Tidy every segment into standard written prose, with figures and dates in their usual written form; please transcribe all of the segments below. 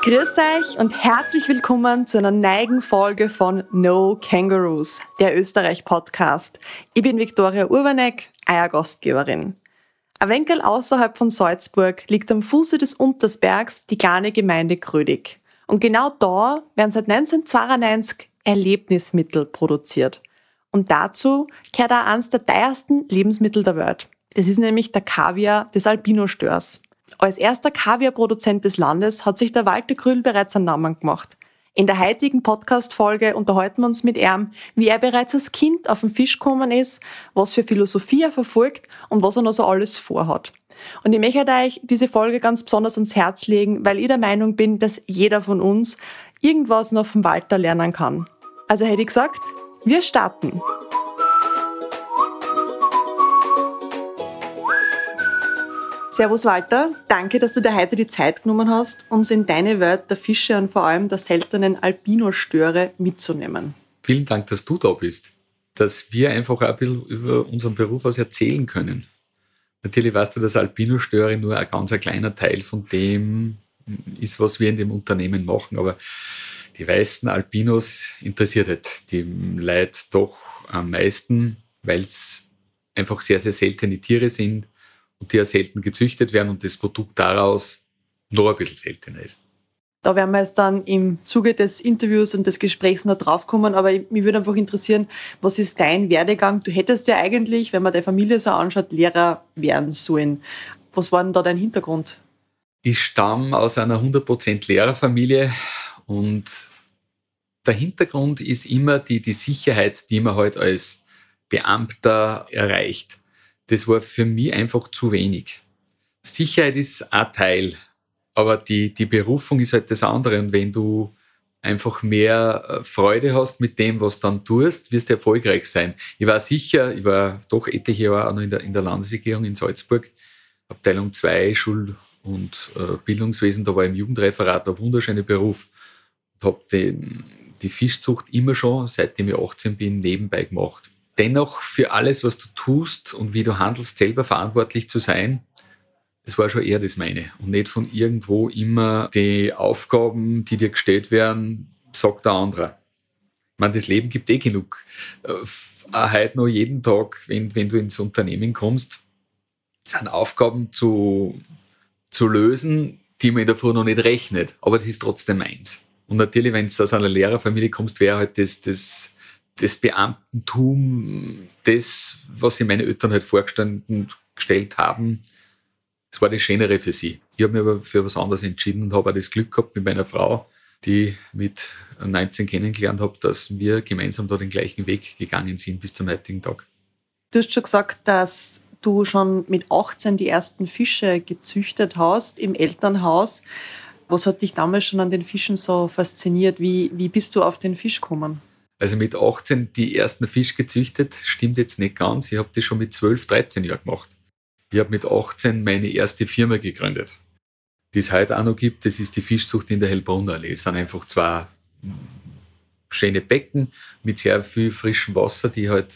Grüß euch und herzlich willkommen zu einer neuen Folge von No Kangaroos, der Österreich-Podcast. Ich bin Viktoria Urbanek, euer Gastgeberin. Ein wenig außerhalb von Salzburg liegt am Fuße des Untersbergs die kleine Gemeinde Grödig. Und genau da werden seit 1992 Erlebnismittel produziert. Und dazu gehört auch eines der teuersten Lebensmittel der Welt. Das ist nämlich der Kaviar des Albino-Störs. Als erster Kaviarproduzent des Landes hat sich der Walter Krüll bereits einen Namen gemacht. In der heutigen Podcast-Folge unterhalten wir uns mit ihm, wie er bereits als Kind auf den Fisch gekommen ist, was für Philosophie er verfolgt und was er noch so alles vorhat. Und ich möchte euch diese Folge ganz besonders ans Herz legen, weil ich der Meinung bin, dass jeder von uns irgendwas noch vom Walter lernen kann. Also hätte ich gesagt, wir starten. Servus Walter, danke, dass du dir heute die Zeit genommen hast, uns in deine Welt der Fische und vor allem der seltenen Albino-Störe mitzunehmen. Vielen Dank, dass du da bist, dass wir einfach auch ein bisschen über unseren Beruf was erzählen können. Natürlich weißt du, dass Albino-Störe nur ein ganz kleiner Teil von dem ist, was wir in dem Unternehmen machen, aber die meisten Albinos interessiert halt die Leute doch am meisten, weil es einfach sehr, sehr seltene Tiere sind und die ja selten gezüchtet werden und das Produkt daraus noch ein bisschen seltener ist. Da werden wir jetzt dann im Zuge des Interviews und des Gesprächs noch draufkommen, aber mich würde einfach interessieren, was ist dein Werdegang? Du hättest ja eigentlich, wenn man deine Familie so anschaut, Lehrer werden sollen. Was war denn da dein Hintergrund? Ich stamme aus einer 100% Lehrerfamilie und der Hintergrund ist immer die Sicherheit, die man halt als Beamter erreicht. Das war für mich einfach zu wenig. Sicherheit ist ein Teil, aber die Berufung ist halt das andere. Und wenn du einfach mehr Freude hast mit dem, was du dann tust, wirst du erfolgreich sein. Ich war doch etliche Jahre auch noch in der Landesregierung in Salzburg, Abteilung 2, Schul- und Bildungswesen, da war ich im Jugendreferat, ein wunderschöner Beruf. Und habe die Fischzucht immer schon, seitdem ich 18 bin, nebenbei gemacht. Dennoch für alles, was du tust und wie du handelst, selber verantwortlich zu sein, das war schon eher das meine. Und nicht von irgendwo immer die Aufgaben, die dir gestellt werden, sagt der andere. Ich meine, das Leben gibt genug. Auch heute noch jeden Tag, wenn du ins Unternehmen kommst, sind Aufgaben zu lösen, die man in der Früh noch nicht rechnet. Aber das ist trotzdem meins. Und natürlich, wenn du aus einer Lehrerfamilie kommst, wäre halt das Beamtentum, das, was sich meine Eltern halt vorgestellt haben, das war das Schönere für sie. Ich habe mich aber für was anderes entschieden und habe auch das Glück gehabt mit meiner Frau, die ich mit 19 kennengelernt habe, dass wir gemeinsam da den gleichen Weg gegangen sind bis zum heutigen Tag. Du hast schon gesagt, dass du schon mit 18 die ersten Fische gezüchtet hast im Elternhaus. Was hat dich damals schon an den Fischen so fasziniert? Wie bist du auf den Fisch gekommen? Also mit 18 die ersten Fisch gezüchtet, stimmt jetzt nicht ganz. Ich habe das schon mit 12, 13 Jahren gemacht. Ich habe mit 18 meine erste Firma gegründet, die es heute auch noch gibt. Das ist die Fischzucht in der Hellbrunner Allee. Es sind einfach zwei schöne Becken mit sehr viel frischem Wasser, die halt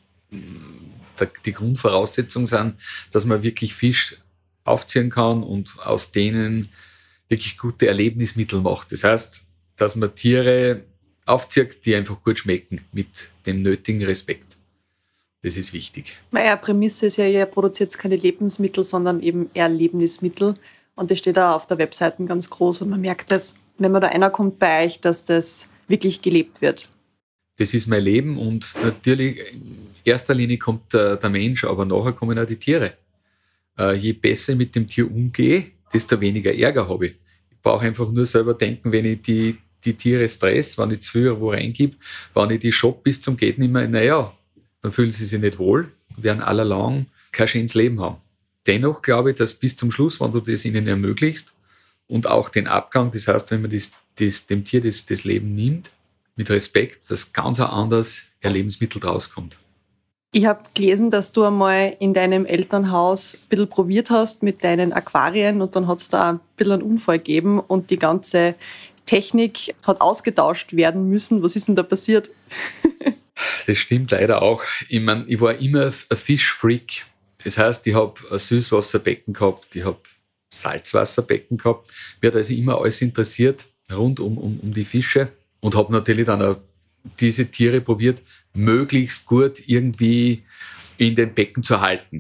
die Grundvoraussetzung sind, dass man wirklich Fisch aufziehen kann und aus denen wirklich gute Erlebnismittel macht. Das heißt, dass man Tiere aufzieht, die einfach gut schmecken, mit dem nötigen Respekt. Das ist wichtig. Meine Prämisse ist ja, ihr produziert keine Lebensmittel, sondern eben Erlebnismittel. Und das steht auch auf der Webseite ganz groß. Und man merkt das, wenn man da reinkommt bei euch, dass das wirklich gelebt wird. Das ist mein Leben und natürlich in erster Linie kommt der Mensch, aber nachher kommen auch die Tiere. Je besser ich mit dem Tier umgehe, desto weniger Ärger habe ich. Ich brauche einfach nur selber denken, wenn ich die Tiere Stress, wenn ich zu viel wo reingebe, wenn ich die Schock bis zum geht nicht mehr, naja, dann fühlen sie sich nicht wohl und werden allalong kein schönes Leben haben. Dennoch glaube ich, dass bis zum Schluss, wenn du das ihnen ermöglichst und auch den Abgang, das heißt, wenn man dem Tier das Leben nimmt, mit Respekt, dass ganz ein anderes Lebensmittel draus kommt. Ich habe gelesen, dass du einmal in deinem Elternhaus ein bisschen probiert hast mit deinen Aquarien und dann hat es da ein bisschen einen Unfall gegeben und die ganze Technik hat ausgetauscht werden müssen. Was ist denn da passiert? Das stimmt leider auch. Ich meine, ich war immer ein Fischfreak. Das heißt, ich habe ein Süßwasserbecken gehabt, ich habe Salzwasserbecken gehabt. Mir hat also immer alles interessiert rund um die Fische und habe natürlich dann auch diese Tiere probiert, möglichst gut irgendwie in den Becken zu halten.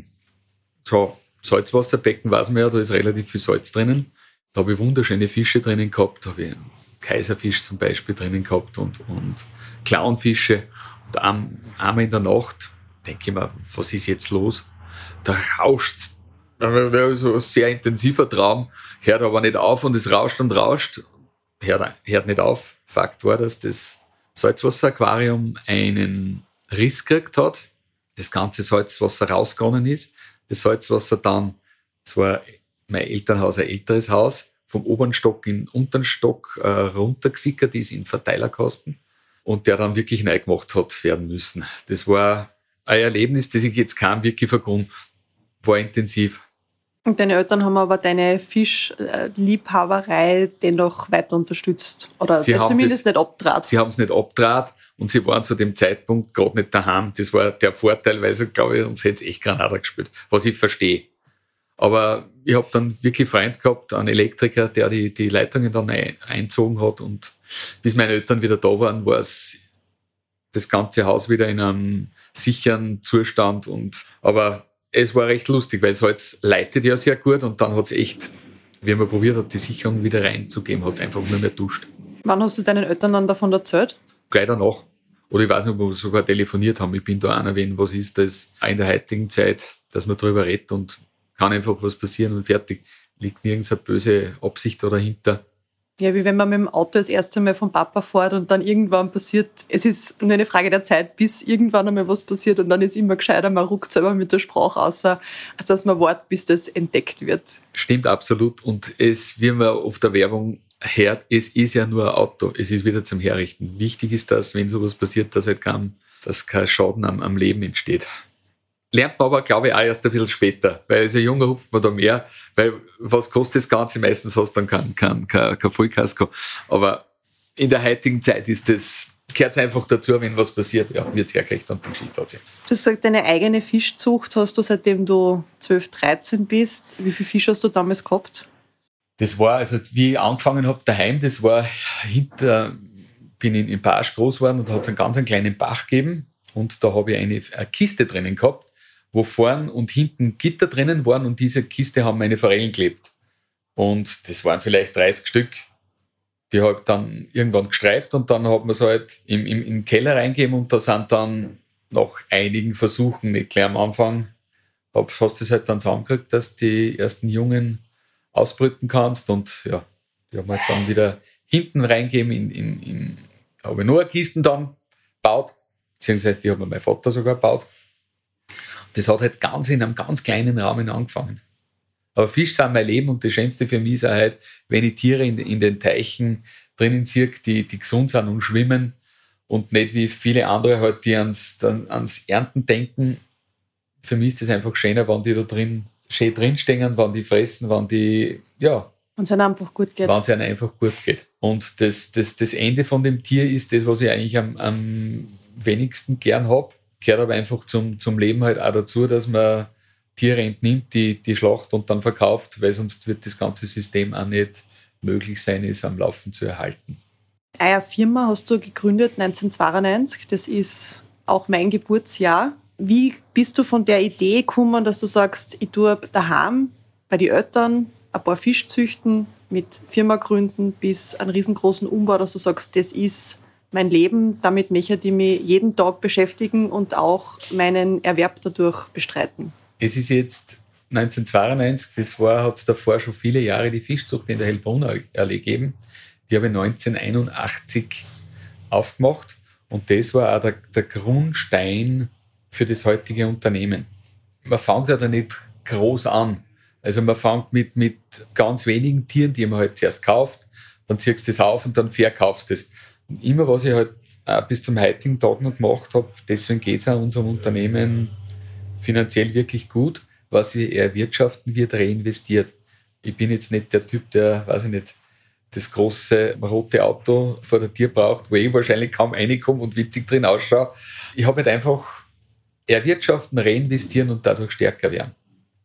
So, Salzwasserbecken weiß man ja, da ist relativ viel Salz drinnen. Da habe ich wunderschöne Fische drinnen gehabt, da habe ich einen Kaiserfisch zum Beispiel drinnen gehabt und Clownfische. Und einmal in der Nacht denke ich mir, was ist jetzt los? Da rauscht's. So ein sehr intensiver Traum, hört aber nicht auf und es rauscht und rauscht. Hört nicht auf. Fakt war, dass das Salzwasseraquarium einen Riss gekriegt hat, das ganze Salzwasser rausgegangen ist. Das Salzwasser dann, das war mein Elternhaus, ein älteres Haus, vom oberen Stock in den unteren Stock runtergesickert ist in den Verteilerkasten und der dann wirklich neu gemacht hat werden müssen. Das war ein Erlebnis, das ich jetzt kaum wirklich vergrund. War intensiv. Und deine Eltern haben aber deine Fischliebhaberei dennoch weiter unterstützt? Oder Sie das zumindest nicht abtrat? Sie haben es nicht abtrat und sie waren zu dem Zeitpunkt gerade nicht daheim. Das war der Vorteil, weil sie, glaube ich, uns hätte es echt Granada gespielt, was ich verstehe. Aber ich habe dann wirklich einen Freund gehabt, einen Elektriker, der die Leitungen dann einzogen hat und bis meine Eltern wieder da waren, war es das ganze Haus wieder in einem sicheren Zustand. Aber es war recht lustig, weil Salz leitet ja sehr gut und dann hat es echt, wie man probiert hat, die Sicherung wieder reinzugeben, hat es einfach nur mehr duscht. Wann hast du deinen Eltern dann davon erzählt? Gleich danach. Oder ich weiß nicht, ob wir sogar telefoniert haben. Ich bin da einer, was ist das auch in der heutigen Zeit, dass man darüber redet und kann einfach was passieren und fertig. Liegt nirgends eine böse Absicht dahinter. Ja, wie wenn man mit dem Auto das erste Mal vom Papa fährt und dann irgendwann passiert, es ist nur eine Frage der Zeit, bis irgendwann einmal was passiert und dann ist immer gescheiter, man ruckt selber mit der Sprache aus, als dass man wartet, bis das entdeckt wird. Stimmt absolut und wie man auf der Werbung hört, es ist ja nur ein Auto, es ist wieder zum Herrichten. Wichtig ist, dass, wenn sowas passiert, dass kein Schaden am Leben entsteht. Lernt man aber, glaube ich, auch erst ein bisschen später, weil als ein Junger hupft man da mehr, weil was kostet das Ganze? Meistens hast du dann kein Vollkasko. Aber in der heutigen Zeit gehört es einfach dazu, wenn was passiert, ja, wird es hergekriegt und die Geschichte hat sich. Du hast gesagt, deine eigene Fischzucht hast du, seitdem du 12, 13 bist. Wie viel Fisch hast du damals gehabt? Das war, also wie ich angefangen habe daheim, das war bin in Barsch groß geworden und da hat es einen ganz kleinen Bach gegeben und da habe ich eine Kiste drinnen gehabt, wo vorn und hinten Gitter drinnen waren und diese Kiste haben meine Forellen gelebt. Und das waren vielleicht 30 Stück. Die habe ich dann irgendwann gestreift und dann hat man es halt in den Keller reingegeben und da sind dann nach einigen Versuchen, nicht gleich am Anfang, hast du es halt dann zusammengekriegt, dass die ersten Jungen ausbrüten kannst und ja, die haben halt dann wieder hinten reingegeben habe ich nur eine Kiste dann gebaut, beziehungsweise die hat mir mein Vater sogar gebaut. Das hat halt in einem ganz kleinen Rahmen angefangen. Aber Fisch sind mein Leben und das Schönste für mich ist auch halt, wenn ich Tiere in den Teichen drinnen sehe, die gesund sind und schwimmen und nicht wie viele andere halt, die ans Ernten denken. Für mich ist das einfach schöner, wenn die da schön drinstehen, wenn die fressen, wenn es ihnen einfach gut geht. Wenn es ihnen einfach gut geht. Und das Ende von dem Tier ist das, was ich eigentlich am wenigsten gern habe. Gehört aber einfach zum Leben halt auch dazu, dass man Tiere entnimmt, die schlacht und dann verkauft, weil sonst wird das ganze System auch nicht möglich sein, es am Laufen zu erhalten. Eine Firma hast du gegründet 1992, das ist auch mein Geburtsjahr. Wie bist du von der Idee gekommen, dass du sagst, ich tue daheim bei den Eltern ein paar Fisch züchten, mit Firma gründen, bis einen riesengroßen Umbau, dass du sagst, das ist mein Leben, damit möchte ich mich jeden Tag beschäftigen und auch meinen Erwerb dadurch bestreiten? Es ist jetzt 1992, hat es davor schon viele Jahre die Fischzucht in der Hellbrunner Allee gegeben. Die habe ich 1981 aufgemacht und das war auch der Grundstein für das heutige Unternehmen. Man fängt ja da nicht groß an. Also man fängt mit ganz wenigen Tieren, die man halt zuerst kauft, dann ziehst du das auf und dann verkaufst du das. Und immer, was ich halt bis zum heutigen Tag noch gemacht habe, deswegen geht es an unserem Unternehmen finanziell wirklich gut, was wir erwirtschaften, wird reinvestiert. Ich bin jetzt nicht der Typ, der, weiß ich nicht, das große rote Auto vor der Tür braucht, wo ich wahrscheinlich kaum reinkomme und witzig drin ausschaue. Ich habe halt einfach erwirtschaften, reinvestieren und dadurch stärker werden.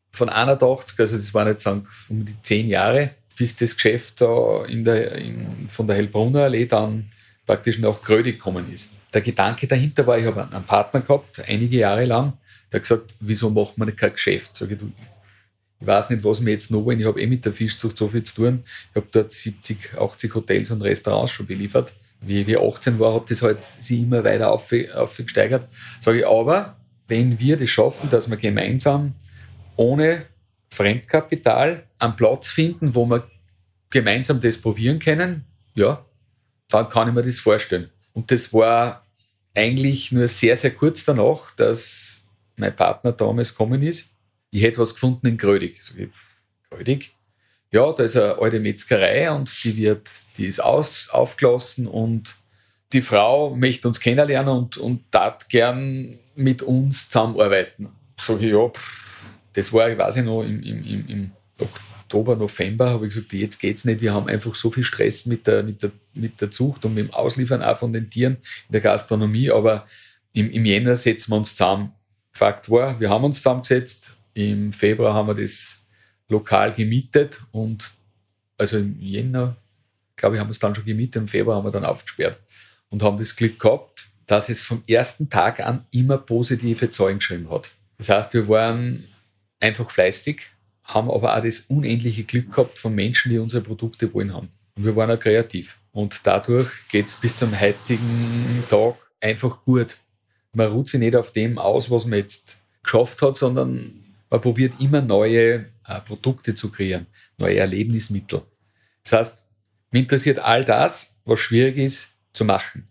von 81, also das waren jetzt um die 10 Jahre, bis das Geschäft da von der Hellbrunner Allee dann praktisch nach Grödig gekommen ist. Der Gedanke dahinter war, ich habe einen Partner gehabt, einige Jahre lang, der hat gesagt, wieso macht man kein Geschäft? Sag ich, du, ich weiß nicht, was wir jetzt noch wollen, ich habe mit der Fischzucht so viel zu tun. Ich habe dort 70, 80 Hotels und Restaurants schon beliefert. Wie ich 18 war, hat das halt sich immer weiter aufgesteigert. Sage ich, aber wenn wir das schaffen, dass wir gemeinsam ohne Fremdkapital einen Platz finden, wo wir gemeinsam das probieren können, ja, dann kann ich mir das vorstellen. Und das war eigentlich nur sehr, sehr kurz danach, dass mein Partner damals gekommen ist. Ich hätte was gefunden in Grödig. Sag ich, Grödig? Ja, da ist eine alte Metzgerei und die ist aufgelassen und die Frau möchte uns kennenlernen und tat gern mit uns zusammenarbeiten. Sag ich, ja, das war, ich weiß nicht noch, im Oktober, November, habe ich gesagt, jetzt geht's nicht, wir haben einfach so viel Stress mit der Zucht und mit dem Ausliefern auch von den Tieren in der Gastronomie, aber im Jänner setzen wir uns zusammen. Fakt war, wir haben uns zusammengesetzt, im Februar haben wir das Lokal gemietet und also im Jänner, glaube ich, haben wir es dann schon gemietet, im Februar haben wir dann aufgesperrt und haben das Glück gehabt, dass es vom ersten Tag an immer positive Zahlen geschrieben hat. Das heißt, wir waren einfach fleißig, haben aber auch das unendliche Glück gehabt von Menschen, die unsere Produkte wollen haben. Und wir waren auch kreativ. Und dadurch geht es bis zum heutigen Tag einfach gut. Man ruht sich nicht auf dem aus, was man jetzt geschafft hat, sondern man probiert immer neue Produkte zu kreieren, neue Erlebnismittel. Das heißt, mich interessiert all das, was schwierig ist, zu machen.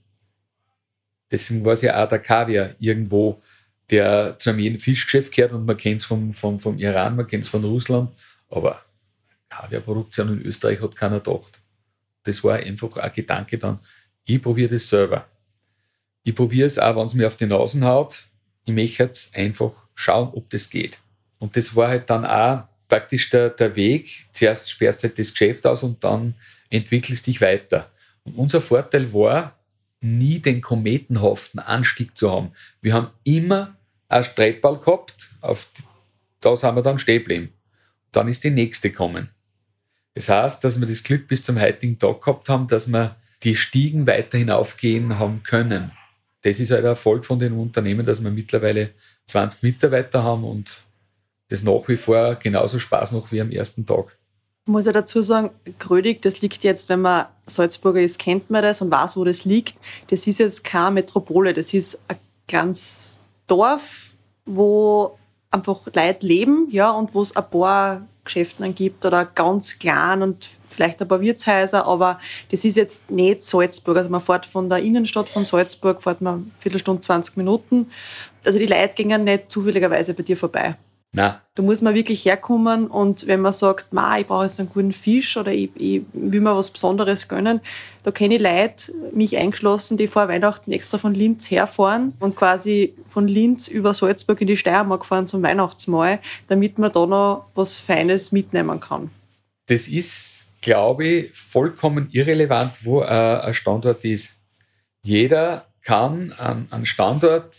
Deswegen war es ja auch der Kaviar irgendwo, der zu einem jeden Fischgeschäft gehört und man kennt es vom Iran, man kennt es von Russland, aber Kaviarproduktion in Österreich hat keiner gedacht. Das war einfach ein Gedanke dann, ich probiere das selber. Ich probiere es auch, wenn es mir auf die Nase haut, ich möchte jetzt einfach schauen, ob das geht. Und das war halt dann auch praktisch der Weg. Zuerst sperrst du halt das Geschäft aus und dann entwickelst dich weiter. Und unser Vorteil war, nie den kometenhaften Anstieg zu haben. Wir haben immer ein Streitball gehabt, da sind wir dann stehen geblieben. Dann ist die nächste gekommen. Das heißt, dass wir das Glück bis zum heutigen Tag gehabt haben, dass wir die Stiegen weiter hinaufgehen haben können. Das ist halt der Erfolg von den Unternehmen, dass wir mittlerweile 20 Mitarbeiter haben und das nach wie vor genauso Spaß macht wie am ersten Tag. Ich muss ja dazu sagen, Grödig, das liegt jetzt, wenn man Salzburger ist, kennt man das und weiß, wo das liegt. Das ist jetzt keine Metropole, das ist ein kleines Dorf, wo einfach Leute leben, ja, und wo es ein paar Geschäfte gibt oder ganz klein und vielleicht ein paar Wirtshäuser, aber das ist jetzt nicht Salzburg. Also man fährt von der Innenstadt von Salzburg, fährt man eine Viertelstunde, 20 Minuten. Also die Leute gehen nicht zufälligerweise bei dir vorbei. Nein. Da muss man wirklich herkommen und wenn man sagt, ich brauche jetzt einen guten Fisch oder ich will mir was Besonderes gönnen, da kenne ich Leute, mich eingeschlossen, die vor Weihnachten extra von Linz herfahren und quasi von Linz über Salzburg in die Steiermark fahren zum Weihnachtsmahl, damit man da noch was Feines mitnehmen kann. Das ist, glaube ich, vollkommen irrelevant, wo ein Standort ist. Jeder kann einen Standort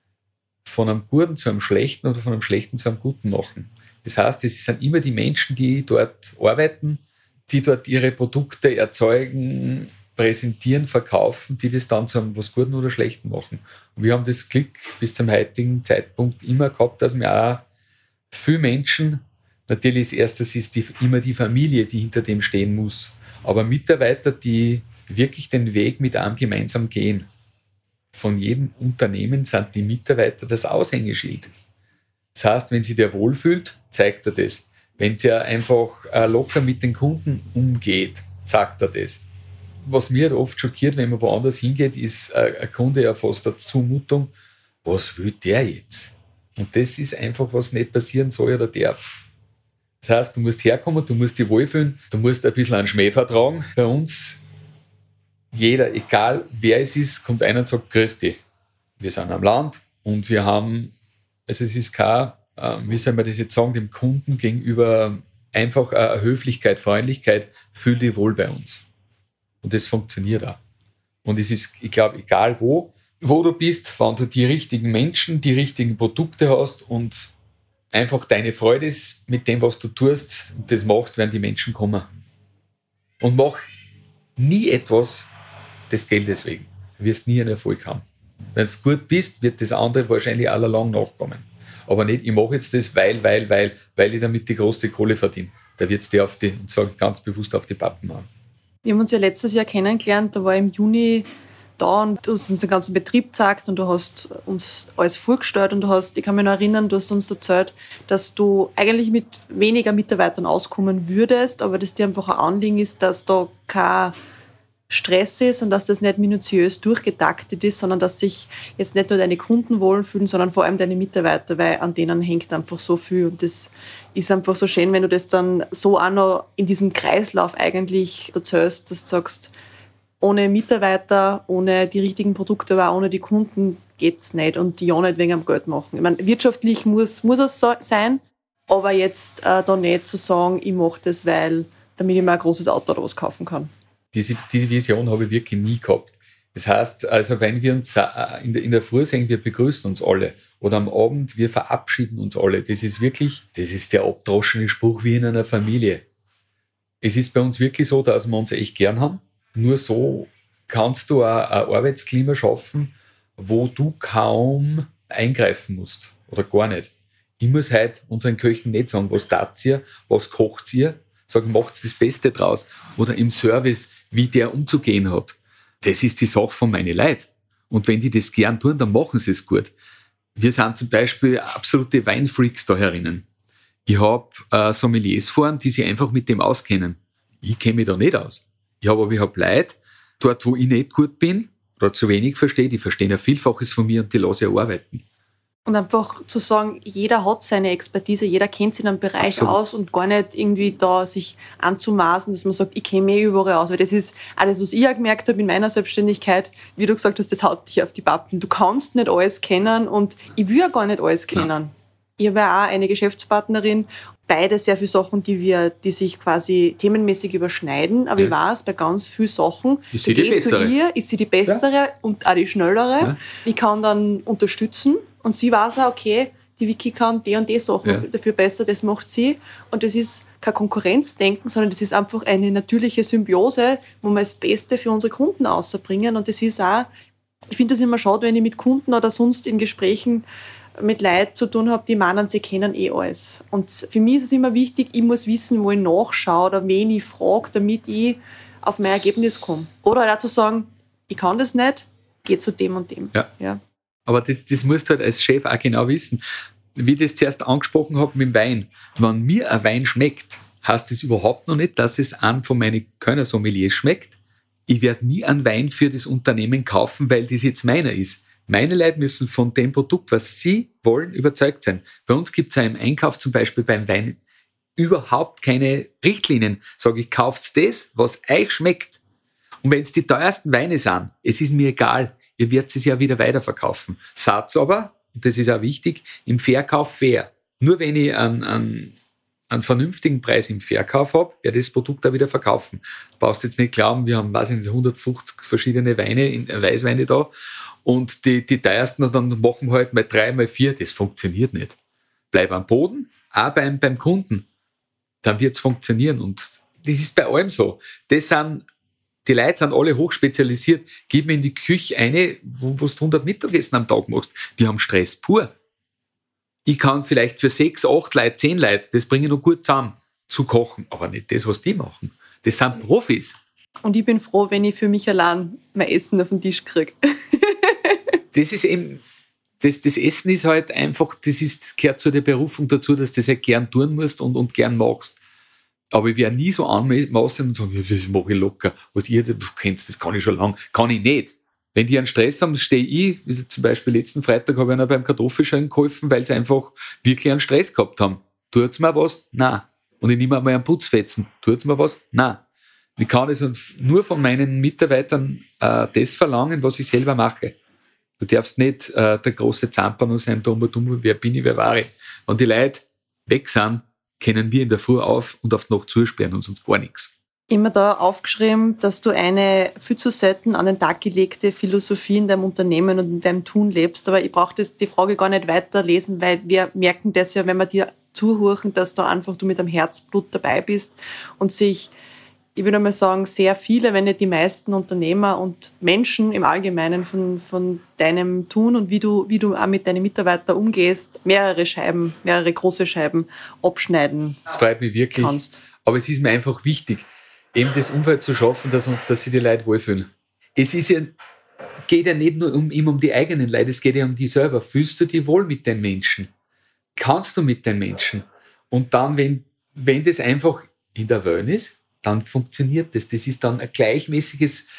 von einem Guten zu einem Schlechten oder von einem Schlechten zu einem Guten machen. Das heißt, es sind immer die Menschen, die dort arbeiten, die dort ihre Produkte erzeugen, präsentieren, verkaufen, die das dann zu einem was Guten oder Schlechten machen. Und wir haben das Glück bis zum heutigen Zeitpunkt immer gehabt, dass wir auch viele Menschen, natürlich als erstes ist immer die Familie, die hinter dem stehen muss, aber Mitarbeiter, die wirklich den Weg mit einem gemeinsam gehen. Von jedem Unternehmen sind die Mitarbeiter das Aushängeschild. Das heißt, wenn sich der wohlfühlt, zeigt er das. Wenn der einfach locker mit den Kunden umgeht, sagt er das. Was mir oft schockiert, wenn man woanders hingeht, ist ein Kunde ja fast eine Zumutung. Was will der jetzt? Und das ist einfach, was nicht passieren soll oder darf. Das heißt, du musst herkommen, du musst dich wohlfühlen, du musst ein bisschen einen Schmäh vertragen. Bei uns jeder, egal wer es ist, kommt einer und sagt, grüß dich. Wir sind am Land und wir haben, also es ist kein, wie soll man das jetzt sagen, dem Kunden gegenüber einfach eine Höflichkeit, Freundlichkeit, fühl dich wohl bei uns. Und das funktioniert auch. Und es ist, ich glaube, egal wo du bist, wenn du die richtigen Menschen, die richtigen Produkte hast und einfach deine Freude ist mit dem, was du tust und das machst, werden die Menschen kommen. Und mach nie etwas des Geldes wegen. Du wirst nie einen Erfolg haben. Wenn du gut bist, wird das andere wahrscheinlich allalong nachkommen. Aber nicht, ich mache jetzt das, weil ich damit die große Kohle verdiene. Da wird es dir und sage ich ganz bewusst, auf die Pappen machen. Wir haben uns ja letztes Jahr kennengelernt, da war im Juni da und du hast uns den ganzen Betrieb gezeigt und du hast uns alles vorgestellt und ich kann mich noch erinnern, du hast uns erzählt, dass du eigentlich mit weniger Mitarbeitern auskommen würdest, aber dass dir einfach ein Anliegen ist, dass da kein Stress ist und dass das nicht minutiös durchgetaktet ist, sondern dass sich jetzt nicht nur deine Kunden wohlfühlen, sondern vor allem deine Mitarbeiter, weil an denen hängt einfach so viel und das ist einfach so schön, wenn du das dann so auch noch in diesem Kreislauf eigentlich erzählst, dass du sagst, ohne Mitarbeiter, ohne die richtigen Produkte, aber auch ohne die Kunden geht's nicht und die ja nicht wegen am Geld machen. Ich meine, wirtschaftlich muss es so sein, aber jetzt da nicht zu sagen, ich mache das, damit ich mir ein großes Auto oder was kaufen kann. Diese Vision habe ich wirklich nie gehabt. Das heißt, also wenn wir uns in der Früh sehen, wir begrüßen uns alle oder am Abend, wir verabschieden uns alle. Das ist der abdroschene Spruch wie in einer Familie. Es ist bei uns wirklich so, dass wir uns echt gern haben. Nur so kannst du ein Arbeitsklima schaffen, wo du kaum eingreifen musst oder gar nicht. Ich muss heute unseren Köchen nicht sagen, was tat ihr, was kocht ihr, sagen, macht das Beste draus. Oder im Service, wie der umzugehen hat. Das ist die Sache von meinen Leuten. Und wenn die das gern tun, dann machen sie es gut. Wir sind zum Beispiel absolute Weinfreaks da herinnen. Ich habe Sommeliers fahren, die sich einfach mit dem auskennen. Ich kenne mich da nicht aus. Ich habe Leute, dort wo ich nicht gut bin oder zu wenig verstehe, die verstehen ein Vielfaches von mir und die lasse ich arbeiten. Und einfach zu sagen, jeder hat seine Expertise, jeder kennt sich in einem Bereich Absolut. aus und gar nicht irgendwie da sich anzumaßen, dass man sagt, ich kenne mich überall aus. Weil das ist alles, was ich auch gemerkt habe in meiner Selbstständigkeit, wie du gesagt hast, das haut dich auf die Pappen. Du kannst nicht alles kennen und ich will ja gar nicht alles kennen. Nein. Ich habe ja auch eine Geschäftspartnerin, beide sehr viele Sachen, die sich quasi themenmäßig überschneiden, aber ich weiß, bei ganz vielen Sachen, ist sie die bessere und auch die schnellere. Ja. Ich kann dann unterstützen. Und sie weiß auch, okay, die Vicky kann die und die Sachen dafür besser, das macht sie. Und das ist kein Konkurrenzdenken, sondern das ist einfach eine natürliche Symbiose, wo wir das Beste für unsere Kunden außerbringen. Und das ist auch, ich finde das immer schade, wenn ich mit Kunden oder sonst in Gesprächen mit Leuten zu tun habe, die meinen, sie kennen alles. Und für mich ist es immer wichtig, ich muss wissen, wo ich nachschaue oder wen ich frage, damit ich auf mein Ergebnis komme. Oder halt auch zu sagen, ich kann das nicht, geh zu dem und dem. Ja. Aber das musst du halt als Chef auch genau wissen. Wie ich das zuerst angesprochen habe mit dem Wein. Wenn mir ein Wein schmeckt, heißt das überhaupt noch nicht, dass es einem von meinen Kölner-Sommeliers schmeckt. Ich werde nie einen Wein für das Unternehmen kaufen, weil das jetzt meiner ist. Meine Leute müssen von dem Produkt, was sie wollen, überzeugt sein. Bei uns gibt es ja im Einkauf zum Beispiel beim Wein überhaupt keine Richtlinien. Sage ich, kauft das, was euch schmeckt. Und wenn es die teuersten Weine sind, es ist mir egal. Ihr werdet es ja wieder weiterverkaufen. Satz aber, und das ist auch wichtig, im Verkauf fair. Nur wenn ich einen vernünftigen Preis im Verkauf habe, werde ich das Produkt auch wieder verkaufen. Du brauchst jetzt nicht glauben, wir haben 150 verschiedene Weißweine da und die teuersten, und dann machen wir halt mal 3, mal 4. Das funktioniert nicht. Bleib am Boden, auch beim Kunden. Dann wird es funktionieren. Und das ist bei allem so. Die Leute sind alle hochspezialisiert. Gib mir in die Küche eine, wo du 100 Mittagessen am Tag machst. Die haben Stress pur. Ich kann vielleicht für 6, 8 Leute, 10 Leute, das bringe ich noch gut zusammen, zu kochen. Aber nicht das, was die machen. Das sind Profis. Und ich bin froh, wenn ich für mich allein mein Essen auf den Tisch kriege. Das ist eben, das Essen ist halt einfach, gehört zu der Berufung dazu, dass du das halt gern tun musst und gern magst. Aber ich werde nie so anmaßen und sagen, das mache ich locker. Was ihr kennst, das kann ich schon lang. Kann ich nicht. Wenn die einen Stress haben, stehe ich, wie zum Beispiel letzten Freitag habe ich ihnen beim Kartoffelschälen geholfen, weil sie einfach wirklich einen Stress gehabt haben. Tut's mir was? Nein. Und ich nehme einmal einen Putzfetzen. Tut's mir was? Nein. Ich kann also nur von meinen Mitarbeitern das verlangen, was ich selber mache. Du darfst nicht der große Zampano sein, dumm, wer bin ich, wer war ich. Wenn die Leute weg sind, können wir in der Früh auf und auf die Nacht zusperren und sonst gar nichts. Immer da aufgeschrieben, dass du eine viel zu selten an den Tag gelegte Philosophie in deinem Unternehmen und in deinem Tun lebst. Aber ich brauche die Frage gar nicht weiterlesen, weil wir merken das ja, wenn wir dir zuhören, dass du mit dem Herzblut dabei bist und sich, ich würde mal sagen, sehr viele, wenn nicht die meisten Unternehmer und Menschen im Allgemeinen von deinem Tun und wie du auch mit deinen Mitarbeitern umgehst, mehrere große Scheiben abschneiden Das freut mich wirklich. kannst. Aber es ist mir einfach wichtig, eben das Umfeld zu schaffen, dass sich die Leute wohlfühlen. Geht ja nicht nur um die eigenen Leute, es geht ja um die selber. Fühlst du dich wohl mit den Menschen? Kannst du mit den Menschen? Und dann, wenn das einfach in der Welt ist, dann funktioniert das. Das ist dann ein gleichmäßiges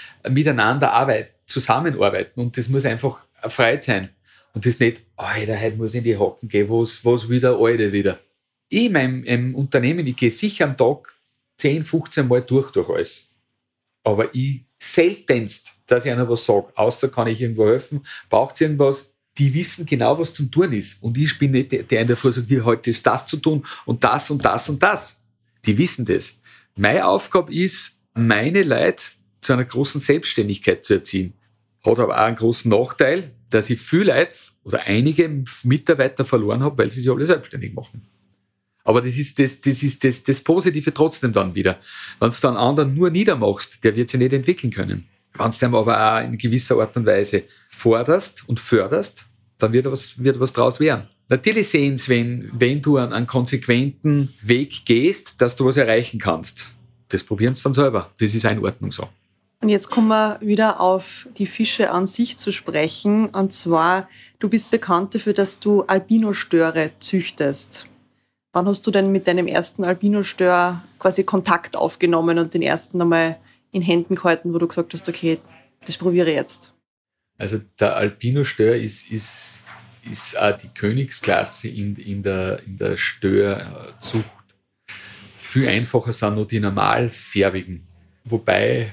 Zusammenarbeiten. Und das muss einfach eine Freude sein. Und das nicht, Alter, heute muss ich in die Hocken gehen, was wieder, Alte wieder. Ich in meinem Unternehmen, ich gehe sicher am Tag 10, 15 Mal durch alles. Aber ich seltenst, dass ich einer was sage, außer kann ich irgendwo helfen, braucht es irgendwas, die wissen genau, was zum Tun ist. Und ich bin nicht der in der Früh sagt, heute ist das zu tun und das und das und das. Die wissen das. Meine Aufgabe ist, meine Leute zu einer großen Selbstständigkeit zu erziehen. Hat aber auch einen großen Nachteil, dass ich viele Leute oder einige Mitarbeiter verloren habe, weil sie sich alle selbstständig machen. Aber das ist das Positive trotzdem dann wieder. Wenn du dann anderen nur niedermachst, der wird sich nicht entwickeln können. Wenn du dem aber auch in gewisser Art und Weise forderst und förderst, dann wird was draus werden. Natürlich sehen sie, wenn du einen konsequenten Weg gehst, dass du was erreichen kannst. Das probieren sie dann selber. Das ist auch in Ordnung so. Und jetzt kommen wir wieder auf die Fische an sich zu sprechen. Und zwar, du bist bekannt dafür, dass du Albino-Störe züchtest. Wann hast du denn mit deinem ersten Albino-Stör quasi Kontakt aufgenommen und den ersten einmal in Händen gehalten, wo du gesagt hast, okay, das probiere ich jetzt? Also der Albino-Stör ist auch die Königsklasse in der Störzucht. Viel einfacher sind nur die normalfärbigen. Wobei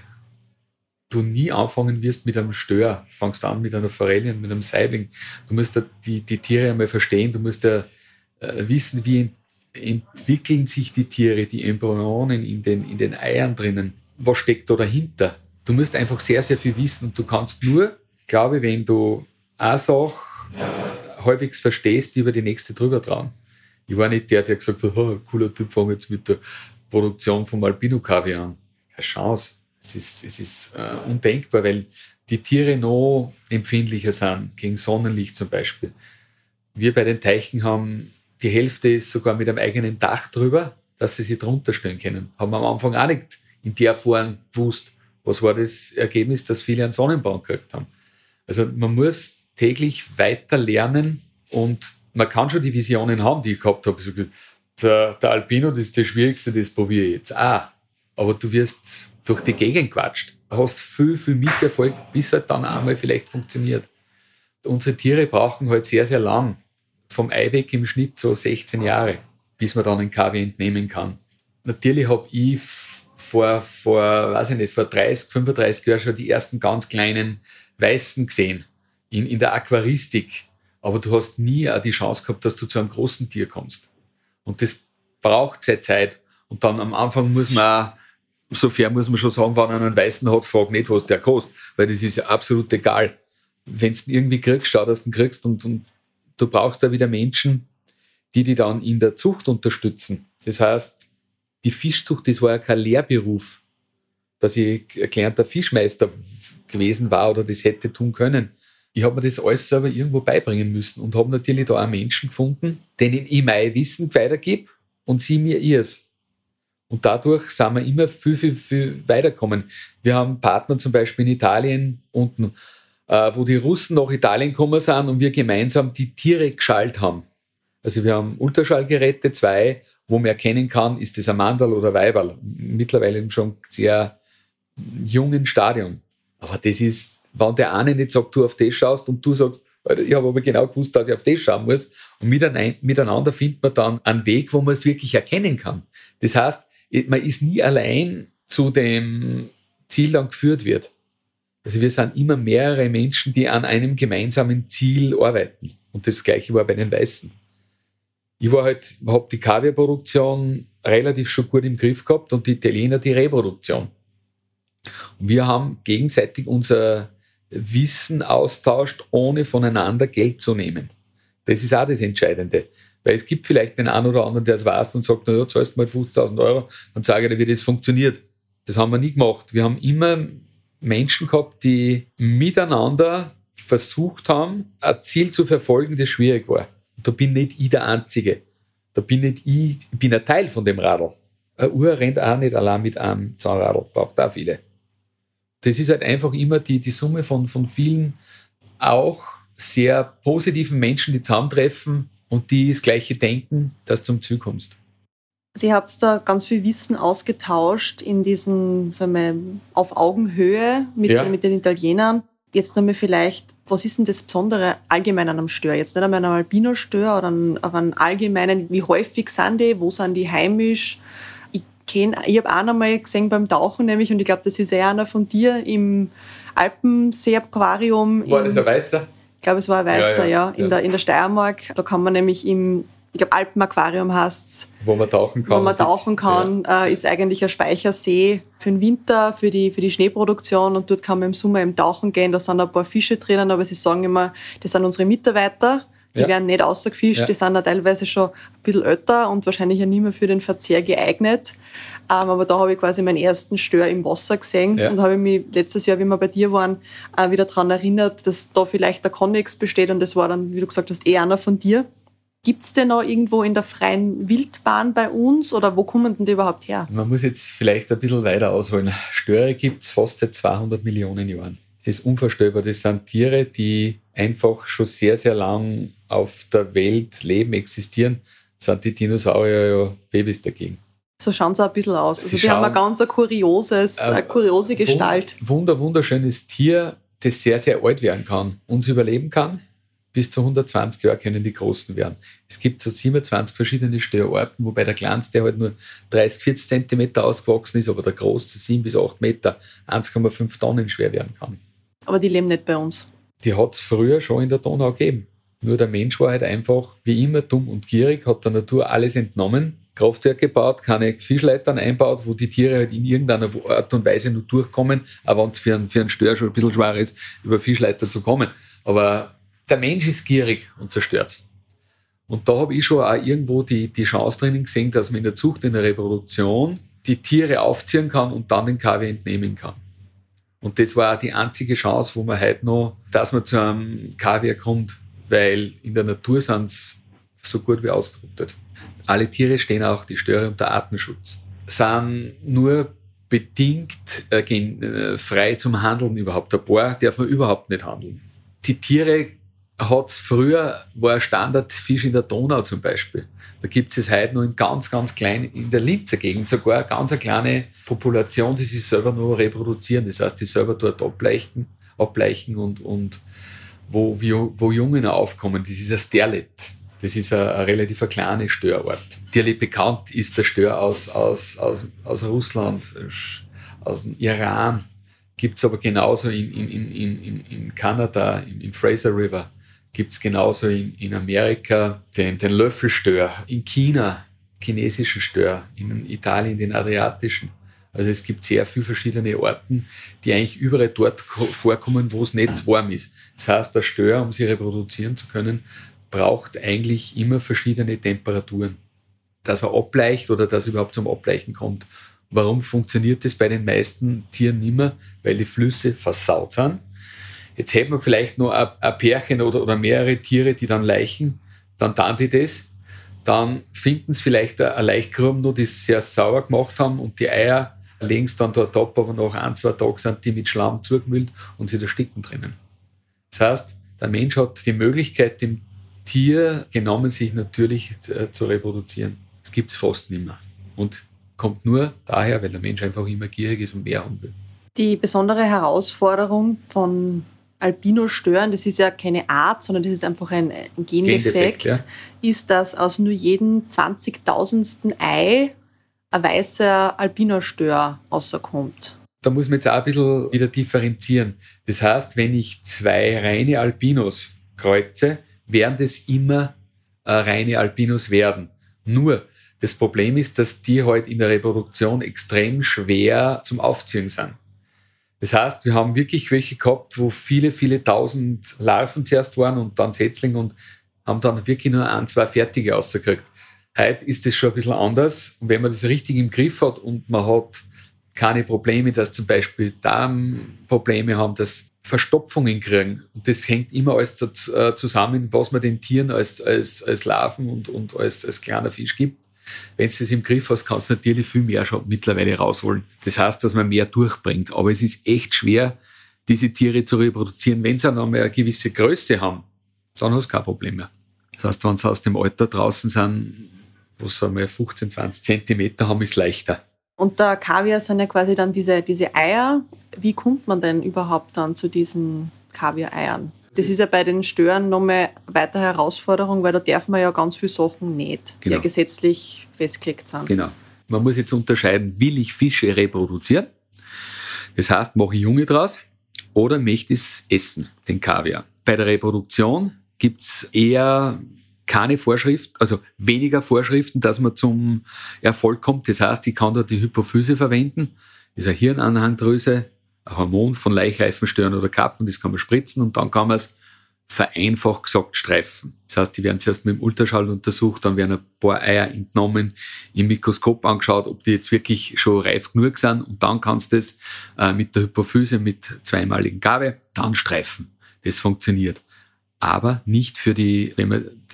du nie anfangen wirst mit einem Stör. Du fängst an mit einer Forelle und mit einem Saibling. Du musst die Tiere einmal verstehen. Du musst wissen, wie entwickeln sich die Tiere, die Embryonen in den Eiern drinnen. Was steckt da dahinter? Du musst einfach sehr, sehr viel wissen. Und du kannst nur, glaube ich, wenn du eine Sache halbwegs verstehst, über die nächste drüber trauen. Ich war nicht der gesagt hat, cooler Typ, fang jetzt mit der Produktion vom Albino-Kaviar an. Keine Chance. Es ist undenkbar, weil die Tiere noch empfindlicher sind, gegen Sonnenlicht zum Beispiel. Wir bei den Teichen haben, die Hälfte ist sogar mit einem eigenen Dach drüber, dass sie sich drunter stellen können. Haben wir am Anfang auch nicht in der Form gewusst. Was war das Ergebnis, dass viele einen Sonnenbrand gekriegt haben? Also man muss täglich weiter lernen und man kann schon die Visionen haben, die ich gehabt habe. Der Albino, das ist das Schwierigste, das probiere ich jetzt auch. Aber du wirst durch die Gegend quatscht. Du hast viel, viel Misserfolg, bis halt dann einmal vielleicht funktioniert. Unsere Tiere brauchen halt sehr, sehr lang. Vom Ei weg im Schnitt so 16 Jahre, bis man dann ein Kaviar entnehmen kann. Natürlich habe ich vor 30, 35 Jahren schon die ersten ganz kleinen Weißen gesehen. In der Aquaristik. Aber du hast nie auch die Chance gehabt, dass du zu einem großen Tier kommst. Und das braucht seine Zeit. Und dann am Anfang muss man auch, so fair muss man schon sagen, wenn einer einen Weißen hat, frag nicht, was der kostet. Weil das ist ja absolut egal. Wenn du ihn irgendwie kriegst, schau, dass du ihn kriegst. Und du brauchst da wieder Menschen, die dann in der Zucht unterstützen. Das heißt, die Fischzucht, das war ja kein Lehrberuf, dass ich gelernter Fischmeister gewesen war oder das hätte tun können. Ich habe mir das alles selber irgendwo beibringen müssen und habe natürlich da auch Menschen gefunden, denen ich mein Wissen weitergebe und sie mir ihrs. Und dadurch sind wir immer viel, viel, viel weitergekommen. Wir haben Partner zum Beispiel in Italien unten, wo die Russen nach Italien gekommen sind und wir gemeinsam die Tiere geschallt haben. Also wir haben Ultraschallgeräte, 2, wo man erkennen kann, ist das ein Mandal oder Weiberl. Mittlerweile im schon sehr jungen Stadium. Aber das ist, wenn der eine nicht sagt, du auf das schaust und du sagst, ich habe aber genau gewusst, dass ich auf das schauen muss. Und miteinander findet man dann einen Weg, wo man es wirklich erkennen kann. Das heißt, man ist nie allein zu dem Ziel dann geführt wird. Also wir sind immer mehrere Menschen, die an einem gemeinsamen Ziel arbeiten. Und das Gleiche war bei den Weißen. Ich habe die Kaviarproduktion relativ schon gut im Griff gehabt und die Italiener die Reproduktion. Und wir haben gegenseitig unser Wissen austauscht, ohne voneinander Geld zu nehmen. Das ist auch das Entscheidende. Weil es gibt vielleicht den einen oder anderen, der es weiß und sagt, na ja, zahlst du mal 50.000 Euro, dann sage ich dir, wie das funktioniert. Das haben wir nie gemacht. Wir haben immer Menschen gehabt, die miteinander versucht haben, ein Ziel zu verfolgen, das schwierig war. Und da bin nicht ich der Einzige. Da bin nicht ich bin ein Teil von dem Radl. Eine Uhr rennt auch nicht allein mit einem Zahnradl, braucht auch viele. Das ist halt einfach immer die Summe von vielen auch sehr positiven Menschen, die zusammentreffen und die das Gleiche denken, dass du zum Ziel kommst. Sie habt da ganz viel Wissen ausgetauscht in diesen, sagen wir, auf Augenhöhe mit den Italienern. Jetzt nochmal vielleicht, was ist denn das Besondere allgemein an einem Stör? Jetzt nicht einmal an einem Albino-Stör oder an einem allgemeinen, wie häufig sind die, wo sind die heimisch? Ich habe auch einmal gesehen beim Tauchen nämlich, und ich glaube, das ist einer von dir im Alpensee-Aquarium. War das ein Weißer? Ich glaube, es war ein Weißer, in der Steiermark. Da kann man nämlich ich glaube, Alpenaquarium heißt es. Wo man tauchen kann. Ist eigentlich ein Speichersee für den Winter, für die Schneeproduktion. Und dort kann man im Sommer eben tauchen gehen. Da sind ein paar Fische drinnen, aber sie sagen immer, das sind unsere Mitarbeiter. Die werden nicht rausgefischt. Ja. Die sind auch teilweise schon ein bisschen älter und wahrscheinlich auch nicht mehr für den Verzehr geeignet. Aber da habe ich quasi meinen ersten Stör im Wasser gesehen und habe mich letztes Jahr, wie wir bei dir waren, wieder daran erinnert, dass da vielleicht der Connex besteht. Und das war dann, wie du gesagt hast, einer von dir. Gibt es denn noch irgendwo in der freien Wildbahn bei uns oder wo kommen denn die überhaupt her? Man muss jetzt vielleicht ein bisschen weiter ausholen. Störe gibt es fast seit 200 Millionen Jahren. Das ist unvorstellbar. Das sind Tiere, die einfach schon sehr, sehr lang auf der Welt leben, existieren. Sind die Dinosaurier ja Babys dagegen. So schauen sie auch ein bisschen aus. Also die haben eine ganz kuriose Gestalt. Wunderschönes Tier, das sehr, sehr alt werden kann. Uns überleben kann. Bis zu 120 Jahre können die Großen werden. Es gibt so 27 verschiedene Störarten, wobei der kleinste halt nur 30, 40 Zentimeter ausgewachsen ist, aber der große 7 bis 8 Meter, 1,5 Tonnen schwer werden kann. Aber die leben nicht bei uns. Die hat es früher schon in der Donau gegeben. Nur der Mensch war halt einfach, wie immer, dumm und gierig, hat der Natur alles entnommen, Kraftwerke gebaut, keine Fischleitern einbaut, wo die Tiere halt in irgendeiner Art und Weise nur durchkommen, aber wenn es für einen Stör schon ein bisschen schwer ist, über Fischleiter zu kommen. Aber der Mensch ist gierig und zerstört. Und da habe ich schon auch irgendwo die Chance drinnen gesehen, dass man in der Zucht, in der Reproduktion die Tiere aufziehen kann und dann den Kaviar entnehmen kann. Und das war auch die einzige Chance, wo man heute noch, dass man zu einem Kaviar kommt, weil in der Natur sind sie so gut wie ausgerottet. Alle Tiere stehen auch, die Störe, unter Artenschutz. Sind nur bedingt frei zum Handeln überhaupt. Ein paar darf man überhaupt nicht handeln. Die Tiere war ein Standardfisch in der Donau zum Beispiel. Da gibt es heute noch in ganz, ganz klein, in der Linzer Gegend sogar eine ganz kleine Population, die sich selber nur reproduzieren. Das heißt, die selber dort ableichen und wo Jungen aufkommen. Das ist ein Sterlet. Das ist eine relativ kleine Störart. Dirli bekannt ist der Stör aus Russland, aus dem Iran. Gibt es aber genauso in Kanada, im Fraser River. Gibt es genauso in Amerika den Löffelstör, in China chinesischen Stör, in Italien den adriatischen. Also es gibt sehr viele verschiedene Orten, die eigentlich überall dort vorkommen, wo es nicht warm ist. Das heißt, der Stör, um sich reproduzieren zu können, braucht eigentlich immer verschiedene Temperaturen, dass er ableicht oder dass er überhaupt zum Ableichen kommt. Warum funktioniert das bei den meisten Tieren nicht mehr? Weil die Flüsse versaut sind. Jetzt hätten wir vielleicht noch ein Pärchen oder mehrere Tiere, die dann laichen, dann tun die das. Dann finden sie vielleicht eine Laichgruben noch, die sehr sauber gemacht haben und die Eier legen es dann dort ab, aber nach 1-2 Tagen sind die mit Schlamm zugemüllt und sie ersticken drinnen. Das heißt, der Mensch hat die Möglichkeit, dem Tier genommen, sich natürlich zu reproduzieren. Das gibt es fast nicht mehr. Und kommt nur daher, weil der Mensch einfach immer gierig ist und mehr haben will. Die besondere Herausforderung von Albino-Stören, das ist ja keine Art, sondern das ist einfach ein Gendefekt, ist, dass aus nur jedem 20.000. Ei ein weißer Albino-Stör rauskommt. Da muss man jetzt auch ein bisschen wieder differenzieren. Das heißt, wenn ich 2 reine Albinos kreuze, werden das immer reine Albinos werden. Nur, das Problem ist, dass die halt in der Reproduktion extrem schwer zum Aufziehen sind. Das heißt, wir haben wirklich welche gehabt, wo viele, viele tausend Larven zuerst waren und dann Setzlinge und haben dann wirklich nur 1, 2 fertige rausgekriegt. Heute ist das schon ein bisschen anders. Und wenn man das richtig im Griff hat und man hat keine Probleme, dass zum Beispiel Darmprobleme haben, dass Verstopfungen kriegen. Und das hängt immer alles zusammen, was man den Tieren als Larven und als kleiner Fisch gibt. Wenn du das im Griff hast, kannst du natürlich viel mehr schon mittlerweile rausholen. Das heißt, dass man mehr durchbringt. Aber es ist echt schwer, diese Tiere zu reproduzieren. Wenn sie dann einmal eine gewisse Größe haben, dann hast du kein Problem mehr. Das heißt, wenn sie aus dem Alter draußen sind, wo sie einmal 15, 20 Zentimeter haben, ist es leichter. Und der Kaviar sind ja quasi dann diese Eier. Wie kommt man denn überhaupt dann zu diesen Kaviar-Eiern? Das ist ja bei den Stören nochmal eine weitere Herausforderung, weil da darf man ja ganz viele Sachen nicht, die ja gesetzlich festgelegt sind. Genau. Man muss jetzt unterscheiden, will ich Fische reproduzieren? Das heißt, mache ich Junge draus oder möchte ich es essen, den Kaviar? Bei der Reproduktion gibt es eher keine Vorschrift, also weniger Vorschriften, dass man zum Erfolg kommt. Das heißt, ich kann da die Hypophyse verwenden. Das ist eine Hirnanhangdrüse, ein Hormon von leichreifen Stören oder Karpfen, das kann man spritzen und dann kann man es vereinfacht gesagt streifen. Das heißt, die werden zuerst mit dem Ultraschall untersucht, dann werden ein paar Eier entnommen, im Mikroskop angeschaut, ob die jetzt wirklich schon reif genug sind und dann kannst du das mit der Hypophyse, mit zweimaligen Gabe, dann streifen. Das funktioniert. Aber nicht wenn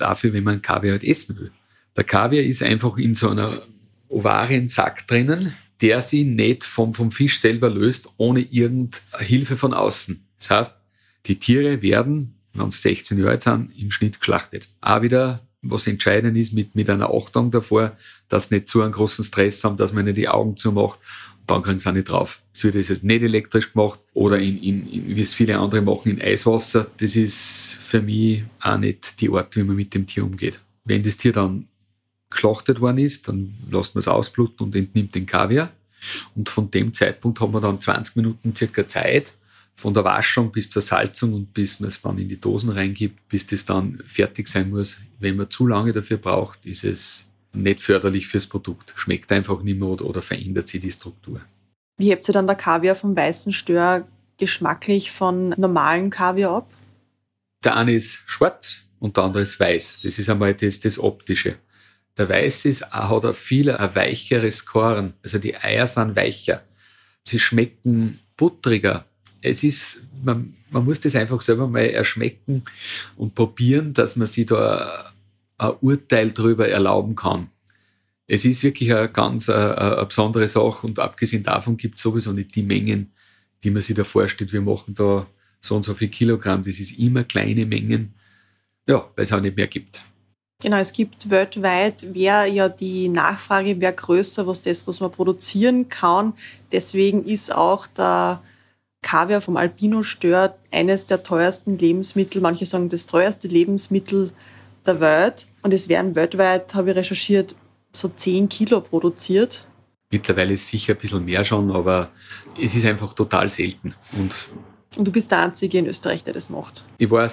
man Kaviar halt essen will. Der Kaviar ist einfach in so einer Ovariensack drinnen, der sich nicht vom Fisch selber löst, ohne irgendeine Hilfe von außen. Das heißt, die Tiere werden, wenn sie 16 Jahre alt sind, im Schnitt geschlachtet. Auch wieder, was entscheidend ist, mit einer Achtung davor, dass sie nicht zu einen großen Stress haben, dass man nicht die Augen zumacht. Dann kriegen sie auch nicht drauf. Es wird jetzt nicht elektrisch gemacht oder wie es viele andere machen, in Eiswasser. Das ist für mich auch nicht die Art, wie man mit dem Tier umgeht. Wenn das Tier dann geschlachtet worden ist, dann lässt man es ausbluten und entnimmt den Kaviar. Und von dem Zeitpunkt hat man dann 20 Minuten circa Zeit, von der Waschung bis zur Salzung und bis man es dann in die Dosen reingibt, bis das dann fertig sein muss. Wenn man zu lange dafür braucht, ist es nicht förderlich fürs Produkt. Schmeckt einfach nicht mehr oder verändert sich die Struktur. Wie hebt sich dann der Kaviar vom weißen Stör geschmacklich von normalen Kaviar ab? Der eine ist schwarz und der andere ist weiß. Das ist einmal das Optische. Der Weiße hat ein weicheres Korn. Also die Eier sind weicher. Sie schmecken buttriger. Man muss das einfach selber mal erschmecken und probieren, dass man sich da ein Urteil darüber erlauben kann. Es ist wirklich eine ganz eine besondere Sache und abgesehen davon gibt es sowieso nicht die Mengen, die man sich da vorstellt. Wir machen da so und so viel Kilogramm. Das ist immer kleine Mengen, ja, weil es auch nicht mehr gibt. Genau, es gibt weltweit, die Nachfrage wäre größer, was man produzieren kann. Deswegen ist auch der Kaviar vom Albino-Stör eines der teuersten Lebensmittel, manche sagen das teuerste Lebensmittel der Welt. Und es werden weltweit, habe ich recherchiert, so 10 Kilo produziert. Mittlerweile ist sicher ein bisschen mehr schon, aber es ist einfach total selten. Und du bist der Einzige in Österreich, der das macht. Ich war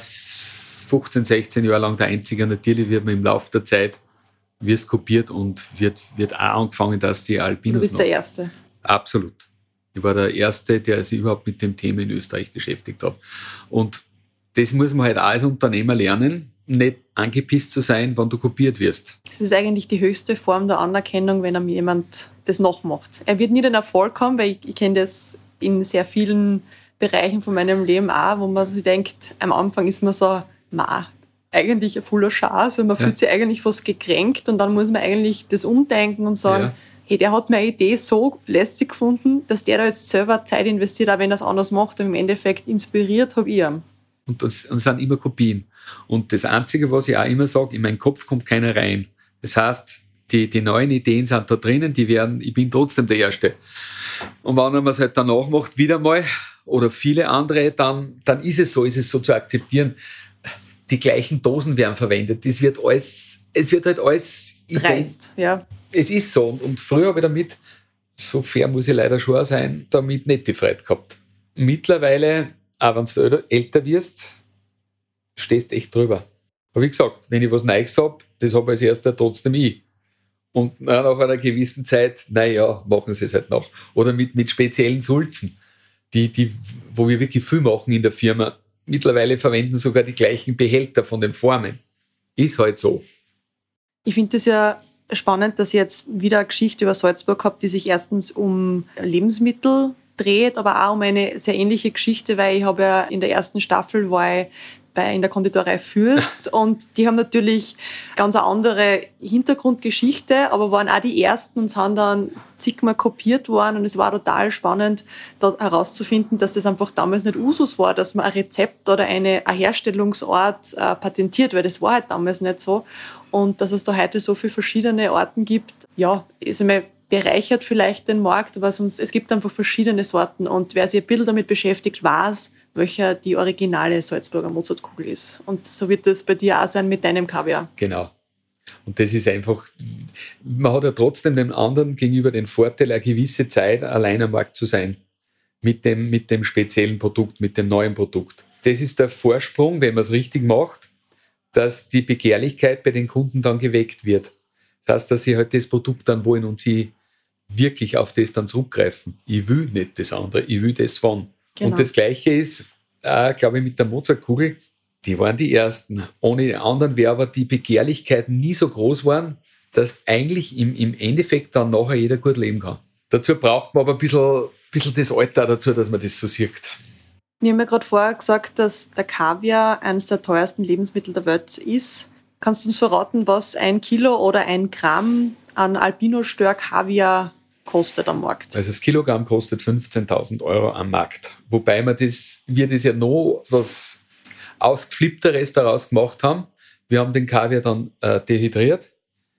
15, 16 Jahre lang der Einzige. Natürlich wird man im Laufe der Zeit kopiert und wird auch angefangen, dass die Albinos Du bist der Erste. Absolut. Ich war der Erste, der sich überhaupt mit dem Thema in Österreich beschäftigt hat. Und das muss man halt auch als Unternehmer lernen, nicht angepisst zu sein, wenn du kopiert wirst. Das ist eigentlich die höchste Form der Anerkennung, wenn einem jemand das nachmacht. Er wird nie den Erfolg haben, weil ich kenne das in sehr vielen Bereichen von meinem Leben auch, wo man sich denkt, am Anfang ist man so, eigentlich ein voller Schaß, weil man fühlt sich eigentlich fast gekränkt und dann muss man eigentlich das umdenken und sagen, hey, der hat meine Idee so lästig gefunden, dass der da jetzt selber Zeit investiert, auch wenn er es anders macht und im Endeffekt inspiriert habe ich ihn. Und das sind immer Kopien. Und das Einzige, was ich auch immer sage, in meinen Kopf kommt keiner rein. Das heißt, die neuen Ideen sind da drinnen, ich bin trotzdem der Erste. Und wenn man es halt danach macht, wieder mal, oder viele andere, dann ist es so zu akzeptieren. Die gleichen Dosen werden verwendet. Es wird halt alles dreist, ja. Es ist so. Und früher habe ich damit, so fair muss ich leider schon sein, damit nicht die Freude gehabt. Mittlerweile, auch wenn du älter wirst, stehst echt drüber. Aber wie gesagt, wenn ich was Neues habe, das habe als erster trotzdem ich. Und nach einer gewissen Zeit, machen sie es halt noch. Oder mit speziellen Sulzen, wo wir wirklich viel machen in der Firma. Mittlerweile verwenden sogar die gleichen Behälter von den Formen. Ist halt so. Ich finde das ja spannend, dass ihr jetzt wieder eine Geschichte über Salzburg habt, die sich erstens um Lebensmittel dreht, aber auch um eine sehr ähnliche Geschichte, weil ich habe ja in der ersten Staffel war ich in der Konditorei Fürst und die haben natürlich ganz eine andere Hintergrundgeschichte, aber waren auch die ersten und sind dann zigmal kopiert worden und es war total spannend, da herauszufinden, dass das einfach damals nicht Usus war, dass man ein Rezept oder ein Herstellungsort patentiert, weil das war halt damals nicht so und dass es da heute so viele verschiedene Orten gibt, ja, ist einmal bereichert vielleicht den Markt, aber es gibt einfach verschiedene Sorten und wer sich ein bisschen damit beschäftigt, weiß, welcher die originale Salzburger Mozartkugel ist. Und so wird das bei dir auch sein mit deinem Kaviar. Genau. Und das ist einfach, man hat ja trotzdem dem anderen gegenüber den Vorteil, eine gewisse Zeit allein am Markt zu sein. Mit dem speziellen Produkt, mit dem neuen Produkt. Das ist der Vorsprung, wenn man es richtig macht, dass die Begehrlichkeit bei den Kunden dann geweckt wird. Das heißt, dass sie halt das Produkt dann wollen und sie wirklich auf das dann zurückgreifen. Ich will nicht das andere, ich will das von. Genau. Und das Gleiche ist, glaube ich, mit der Mozartkugel. Die waren die Ersten. Ohne die anderen wäre aber die Begehrlichkeit nie so groß geworden, dass eigentlich im Endeffekt dann nachher jeder gut leben kann. Dazu braucht man aber ein bisschen das Alter dazu, dass man das so sieht. Wir haben ja gerade vorher gesagt, dass der Kaviar eines der teuersten Lebensmittel der Welt ist. Kannst du uns verraten, was 1 Kilo oder 1 Gramm an Albino-Stör-Kaviar kostet am Markt? Also das Kilogramm kostet 15.000 € am Markt. Wobei wir das ja noch was Ausgeflippteres daraus gemacht haben. Wir haben den Kaviar dann dehydriert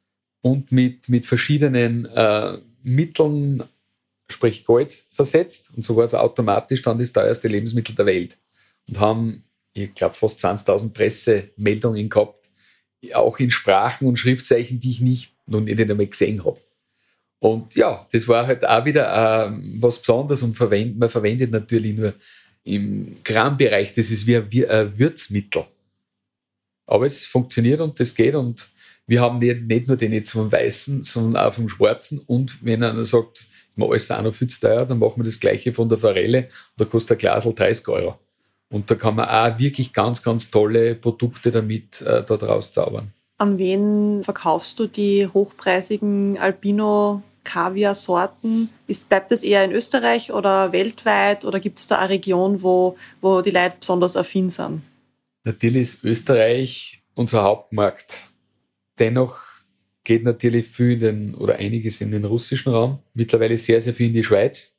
und mit verschiedenen Mitteln, sprich Gold, versetzt. Und so war es automatisch dann das teuerste Lebensmittel der Welt. Und haben, ich glaube, fast 20.000 Pressemeldungen gehabt, auch in Sprachen und Schriftzeichen, die ich noch nicht einmal gesehen habe. Und ja, das war halt auch wieder was Besonderes und man verwendet natürlich nur im Grammbereich. Das ist wie ein Würzmittel. Aber es funktioniert und das geht und wir haben nicht nur den jetzt vom Weißen, sondern auch vom Schwarzen und wenn einer sagt, ist mir alles auch noch viel zu teuer, dann machen wir das Gleiche von der Forelle und da kostet ein Glasl 30 €. Und da kann man auch wirklich ganz, ganz tolle Produkte damit da draus zaubern. An wen verkaufst du die hochpreisigen Albino-Kaviar-Sorten? Bleibt das eher in Österreich oder weltweit oder gibt es da eine Region, wo die Leute besonders affin sind? Natürlich ist Österreich unser Hauptmarkt. Dennoch geht natürlich viel einiges in den russischen Raum. Mittlerweile sehr, sehr viel in die Schweiz.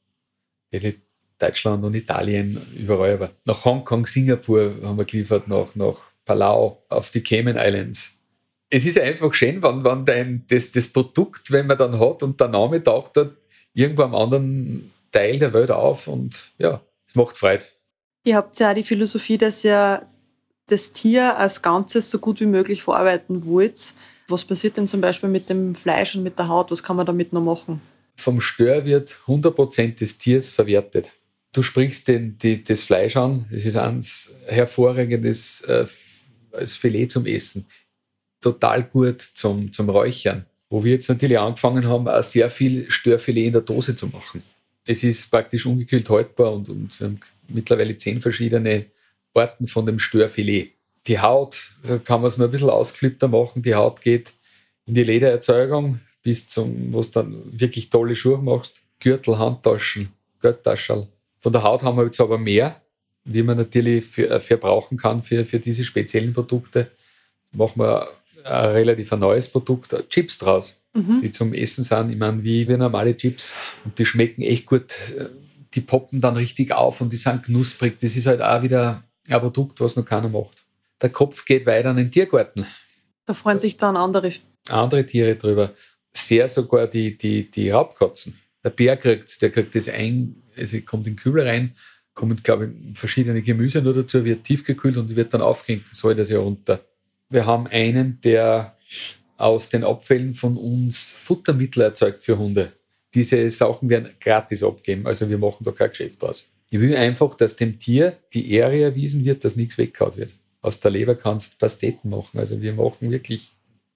Deutschland und Italien, überall. Aber nach Hongkong, Singapur haben wir geliefert, nach Palau, auf die Cayman Islands. Es ist einfach schön, wenn das Produkt, wenn man dann hat und der Name taucht dort irgendwo am anderen Teil der Welt auf und ja, es macht Freude. Ihr habt ja auch die Philosophie, dass ihr das Tier als Ganzes so gut wie möglich verarbeiten wollt. Was passiert denn zum Beispiel mit dem Fleisch und mit der Haut? Was kann man damit noch machen? Vom Stör wird 100% des Tiers verwertet. Du sprichst das Fleisch an. Es ist ein hervorragendes als Filet zum Essen. Total gut zum Räuchern. Wo wir jetzt natürlich angefangen haben, auch sehr viel Störfilet in der Dose zu machen. Es ist praktisch ungekühlt haltbar und wir haben mittlerweile 10 verschiedene Arten von dem Störfilet. Die Haut, da kann man es noch ein bisschen ausgeflippter machen. Die Haut geht in die Ledererzeugung bis zum, wo du dann wirklich tolle Schuhe machst. Gürtel, Handtaschen, Geldtaschel. Von der Haut haben wir jetzt aber mehr, die man natürlich verbrauchen kann für diese speziellen Produkte. Machen wir ein relativ neues Produkt, Chips draus, die zum Essen sind. Ich meine, wie normale Chips. Und die schmecken echt gut. Die poppen dann richtig auf und die sind knusprig. Das ist halt auch wieder ein Produkt, was noch keiner macht. Der Kopf geht weiter in den Tiergarten. Da freuen sich dann andere Tiere drüber. Sehr sogar die Raubkatzen. Der Bär kriegt das also kommt in den Kübel rein, kommen, glaube ich, verschiedene Gemüse nur dazu, wird tiefgekühlt und wird dann aufgehängt, das hält das ja runter. Wir haben einen, der aus den Abfällen von uns Futtermittel erzeugt für Hunde. Diese Sachen werden gratis abgegeben, also wir machen da kein Geschäft draus. Ich will einfach, dass dem Tier die Ehre erwiesen wird, dass nichts weggehauen wird. Aus der Leber kannst du Pasteten machen, also wir machen wirklich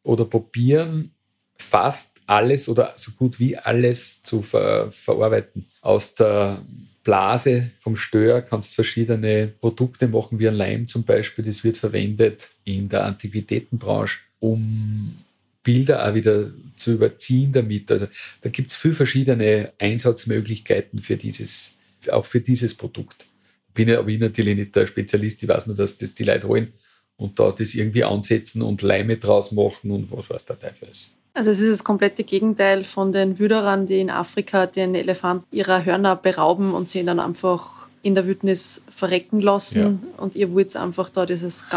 oder probieren, fast alles oder so gut wie alles zu verarbeiten. Aus der Blase vom Stör kannst du verschiedene Produkte machen, wie ein Leim zum Beispiel. Das wird verwendet in der Antiquitätenbranche, um Bilder auch wieder zu überziehen damit. Also da gibt es viele verschiedene Einsatzmöglichkeiten auch für dieses Produkt. Bin ich aber natürlich nicht der Spezialist, ich weiß nur, dass das die Leute holen und da das irgendwie ansetzen und Leime draus machen und was weiß der Teufel ist. Also es ist das komplette Gegenteil von den Wilderern, die in Afrika den Elefanten ihrer Hörner berauben und sie ihn dann einfach in der Wildnis verrecken lassen. Ja. Und ihr wollt einfach da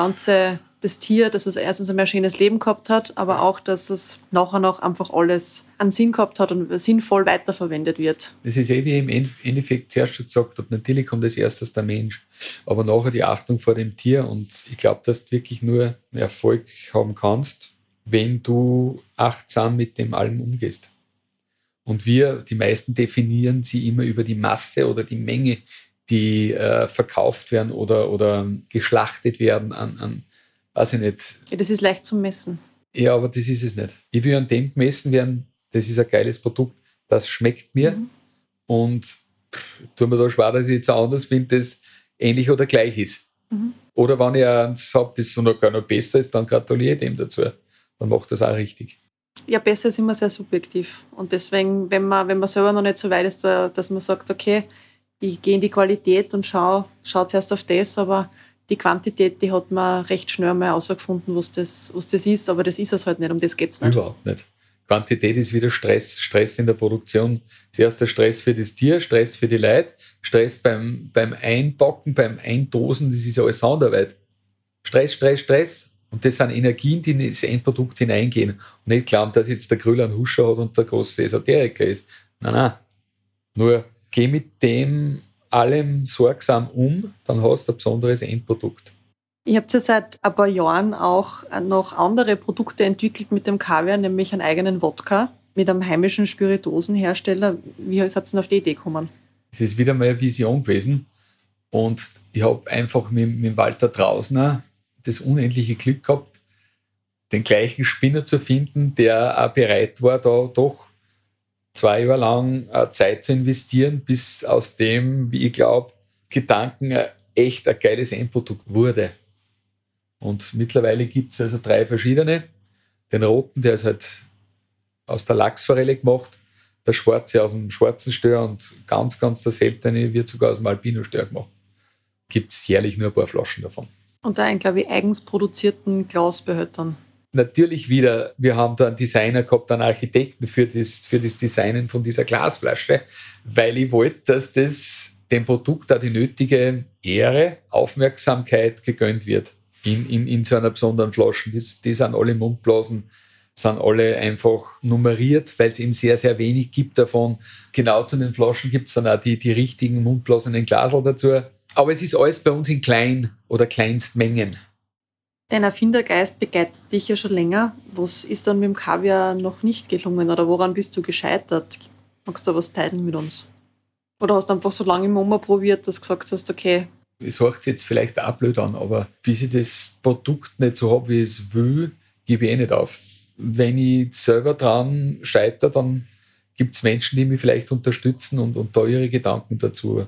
das Tier, dass es erstens ein schönes Leben gehabt hat, aber auch, dass es nachher noch einfach alles einen Sinn gehabt hat und sinnvoll weiterverwendet wird. Das ist wie ich im Endeffekt zuerst schon gesagt habe, natürlich kommt als erstes der Mensch, aber nachher die Achtung vor dem Tier. Und ich glaube, dass du wirklich nur Erfolg haben kannst, wenn du achtsam mit dem allem umgehst. Und die meisten definieren sie immer über die Masse oder die Menge, die verkauft werden oder geschlachtet werden an weiß ich nicht. Ja, das ist leicht zu messen. Ja, aber das ist es nicht. Ich will an dem gemessen werden, das ist ein geiles Produkt, das schmeckt mir und tut mir da schwer, dass ich jetzt anders finde, das ähnlich oder gleich ist. Oder wenn ich eins habe, das sogar noch besser ist, dann gratuliere ich dem dazu. Dann macht das auch richtig. Ja, besser ist immer sehr subjektiv. Und deswegen, wenn man selber noch nicht so weit ist, dass man sagt, okay, ich gehe in die Qualität und schaue zuerst auf das, aber die Quantität, die hat man recht schnell mal herausgefunden, was das ist, aber das ist es halt nicht, um das geht es nicht. Überhaupt nicht. Quantität ist wieder Stress in der Produktion. Zuerst der Stress für das Tier, Stress für die Leute, Stress beim Einpacken, beim Eindosen, das ist ja alles Handarbeit. Stress. Und das sind Energien, die in das Endprodukt hineingehen. Und nicht glauben, dass jetzt der Grüller einen Huscher hat und der große Esoteriker ist. Nein. Nur geh mit dem allem sorgsam um, dann hast du ein besonderes Endprodukt. Ich habe ja seit ein paar Jahren auch noch andere Produkte entwickelt mit dem Kaviar, nämlich einen eigenen Wodka mit einem heimischen Spirituosenhersteller. Wie seid ihr denn auf die Idee gekommen? Es ist wieder mal eine Vision gewesen und ich habe einfach mit Walter Trausner das unendliche Glück gehabt, den gleichen Spinner zu finden, der auch bereit war, da doch 2 Jahre lang Zeit zu investieren, bis aus dem, wie ich glaube, Gedanken echt ein geiles Endprodukt wurde. Und mittlerweile gibt es also 3 verschiedene. Den roten, der ist halt aus der Lachsforelle gemacht, der schwarze aus dem schwarzen Stör und ganz, ganz der seltene wird sogar aus dem Albino-Stör gemacht. Gibt es jährlich nur ein paar Flaschen davon. Und da einen, glaube ich, eigens produzierten Glasbehältern. Natürlich wieder, wir haben da einen Designer gehabt, einen Architekten für das Designen von dieser Glasflasche, weil ich wollte, dass das dem Produkt auch die nötige Ehre, Aufmerksamkeit gegönnt wird in so einer besonderen Flasche. Die sind alle Mundblasen, sind alle einfach nummeriert, weil es eben sehr, sehr wenig gibt davon. Genau zu den Flaschen gibt es dann auch die richtigen Mundblasen in Glasl dazu. Aber es ist alles bei uns in klein oder Kleinstmengen. Dein Erfindergeist begleitet dich ja schon länger. Was ist dann mit dem Kaviar noch nicht gelungen oder woran bist du gescheitert? Magst du was teilen mit uns? Oder hast du einfach so lange im Oma probiert, dass du gesagt hast, okay. Es hört sich jetzt vielleicht auch blöd an, aber bis ich das Produkt nicht so habe, wie ich es will, gebe ich nicht auf. Wenn ich selber dran scheitere, dann gibt es Menschen, die mich vielleicht unterstützen und da ihre Gedanken dazu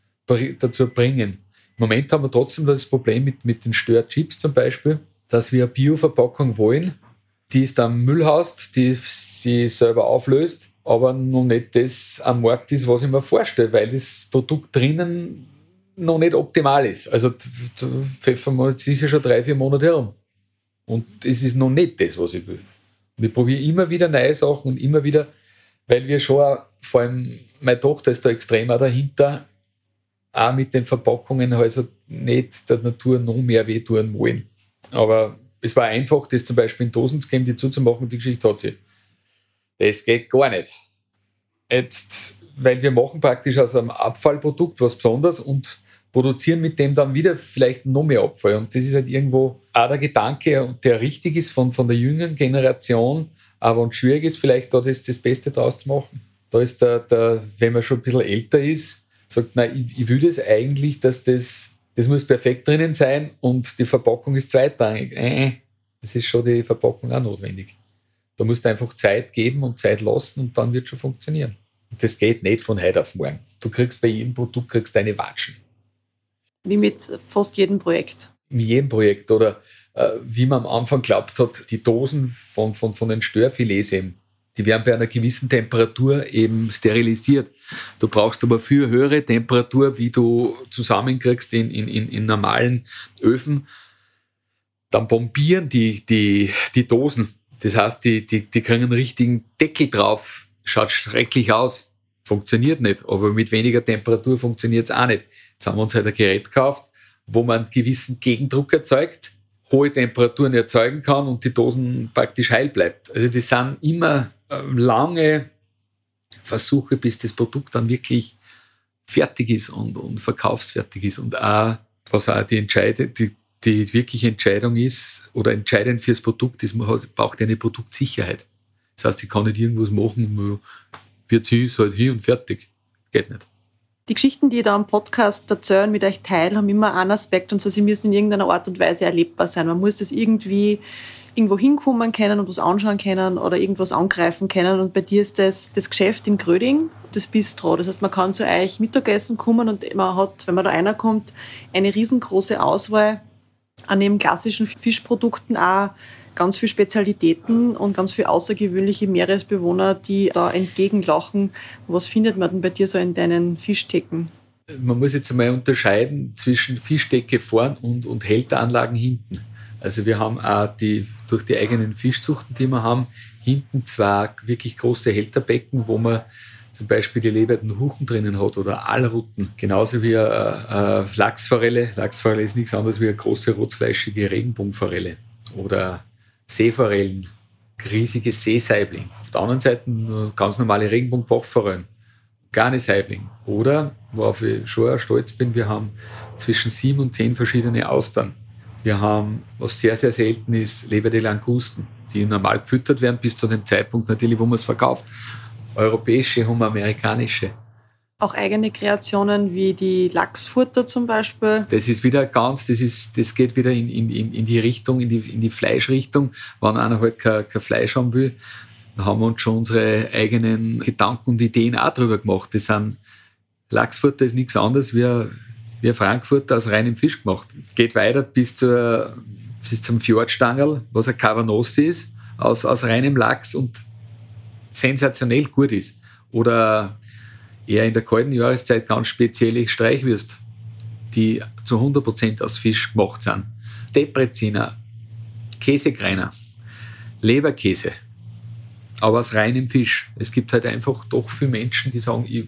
bringen. Im Moment haben wir trotzdem das Problem mit den Störchips zum Beispiel, dass wir eine Bio-Verpackung wollen, die ist am Müllhaus, die sie selber auflöst, aber noch nicht das am Markt ist, was ich mir vorstelle, weil das Produkt drinnen noch nicht optimal ist. Also da pfeffern wir jetzt sicher schon 3-4 Monate herum. Und es ist noch nicht das, was ich will. Und ich probiere immer wieder neue Sachen und immer wieder, weil wir schon auch, vor allem meine Tochter ist da extrem auch dahinter, auch mit den Verpackungen also nicht der Natur noch mehr wehtun wollen. Aber es war einfach, das zum Beispiel in Dosen zu geben, die zuzumachen, die Geschichte hat sie. Das geht gar nicht. Jetzt, weil wir machen praktisch aus einem Abfallprodukt was Besonderes und produzieren mit dem dann wieder vielleicht noch mehr Abfall. Und das ist halt irgendwo auch der Gedanke, der richtig ist von der jüngeren Generation, aber und schwierig ist, vielleicht da das Beste draus zu machen. Da ist der, wenn man schon ein bisschen älter ist, sagt, nein, ich will das eigentlich, dass das muss perfekt drinnen sein und die Verpackung ist zweitrangig. Es ist schon die Verpackung auch notwendig. Da musst du einfach Zeit geben und Zeit lassen und dann wird es schon funktionieren. Und das geht nicht von heute auf morgen. Du kriegst bei jedem Produkt deine Watschen. Wie mit fast jedem Projekt. In jedem Projekt. Oder wie man am Anfang glaubt hat, die Dosen von den Störfilets eben, die werden bei einer gewissen Temperatur eben sterilisiert. Du brauchst aber viel höhere Temperatur, wie du zusammenkriegst in normalen Öfen. Dann bombieren die Dosen. Das heißt, die kriegen einen richtigen Deckel drauf. Schaut schrecklich aus. Funktioniert nicht. Aber mit weniger Temperatur funktioniert es auch nicht. Jetzt haben wir uns halt ein Gerät gekauft, wo man einen gewissen Gegendruck erzeugt, hohe Temperaturen erzeugen kann und die Dosen praktisch heil bleibt. Also das sind immer lange Versuche, bis das Produkt dann wirklich fertig ist und verkaufsfertig ist. Und auch, was auch die wirkliche Entscheidung ist, oder entscheidend fürs Produkt ist, man braucht eine Produktsicherheit. Das heißt, ich kann nicht irgendwas machen, wird es halt hin und fertig. Geht nicht. Die Geschichten, die ich da am Podcast erzählen, mit euch teilen, haben immer einen Aspekt, und zwar, sie müssen in irgendeiner Art und Weise erlebbar sein. Man muss das irgendwo hinkommen können und was anschauen können oder irgendwas angreifen können. Und bei dir ist das Geschäft in Gröding, das Bistro. Das heißt, man kann zu euch Mittagessen kommen und man hat, wenn man da reinkommt, eine riesengroße Auswahl an neben klassischen Fischprodukten auch ganz viele Spezialitäten und ganz viele außergewöhnliche Meeresbewohner, die da entgegenlachen. Was findet man denn bei dir so in deinen Fischtheken? Man muss jetzt einmal unterscheiden zwischen Fischtheke vorn und Hälteranlagen hinten. Also wir haben auch durch die eigenen Fischzuchten, die wir haben, hinten zwei wirklich große Hälterbecken, wo man zum Beispiel die lebenden Huchen drinnen hat oder Aalruten. Genauso wie eine Lachsforelle. Lachsforelle ist nichts anderes wie eine große rotfleischige Regenbogenforelle. Oder Seeforellen, riesige Seesaibling. Auf der anderen Seite nur ganz normale Regenbogenbachforellen, kleine Saibling. Oder, worauf ich schon stolz bin, wir haben zwischen 7 und 10 verschiedene Austern. Wir haben, was sehr, sehr selten ist, lebende Langusten, die normal gefüttert werden, bis zu dem Zeitpunkt natürlich, wo man es verkauft. Europäische, amerikanische. Auch eigene Kreationen wie die Lachsfutter zum Beispiel. Das ist wieder das geht wieder in die Richtung, in die Fleischrichtung. Wenn einer halt kein Fleisch haben will, dann haben wir uns schon unsere eigenen Gedanken und Ideen auch drüber gemacht. Lachsfutter ist nichts anderes wie Frankfurter aus reinem Fisch gemacht. Geht weiter bis zum Fjordstangerl, was ein Cabanossi ist, aus reinem Lachs und sensationell gut ist. Oder eher in der kalten Jahreszeit ganz spezielle Streichwürste, die zu 100% aus Fisch gemacht sind. Depreziner, Käsekreiner, Leberkäse, aber aus reinem Fisch. Es gibt halt einfach doch viele Menschen, die sagen, ich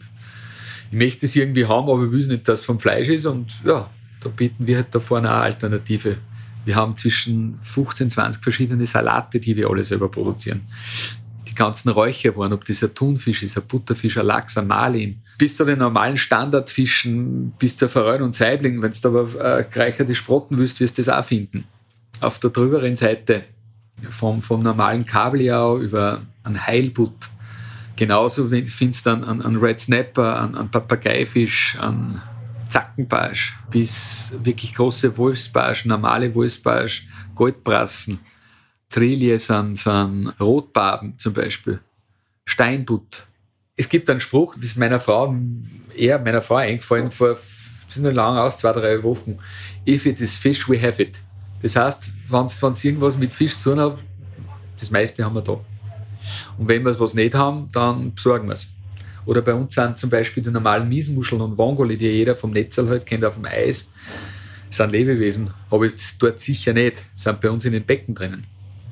möchte es irgendwie haben, aber ich will nicht, dass es vom Fleisch ist. Und ja, da bieten wir halt da vorne eine Alternative. Wir haben zwischen 15, 20 verschiedene Salate, die wir alle selber produzieren. Die ganzen Räucherwaren, ob das ein Thunfisch ist, ein Butterfisch, ein Lachs, ein Marlin. Bis zu den normalen Standardfischen, bis zur Forelle und Saibling. Wenn du aber gereicherte Sprotten willst, wirst du das auch finden. Auf der drüberen Seite vom normalen Kabeljau über einen Heilbutt. Genauso findest du einen Red Snapper, einen Papageifisch, einen Zackenbarsch, bis wirklich große Wolfsbarsch, normale Wolfsbarsch, Goldbrassen. Trilie sind Rotbarben zum Beispiel, Steinbutt. Es gibt einen Spruch, das ist meiner Frau eingefallen, vor nicht lang aus, 2-3 Wochen. If it is fish, we have it. Das heißt, wenn es irgendwas mit Fisch zu tun hat, das meiste haben wir da. Und wenn wir was nicht haben, dann besorgen wir es. Oder bei uns sind zum Beispiel die normalen Miesmuscheln und Wongoli, die jeder vom Netzel halt kennt, auf dem Eis, sind Lebewesen. Aber das dort sicher nicht. Sind bei uns in den Becken drinnen.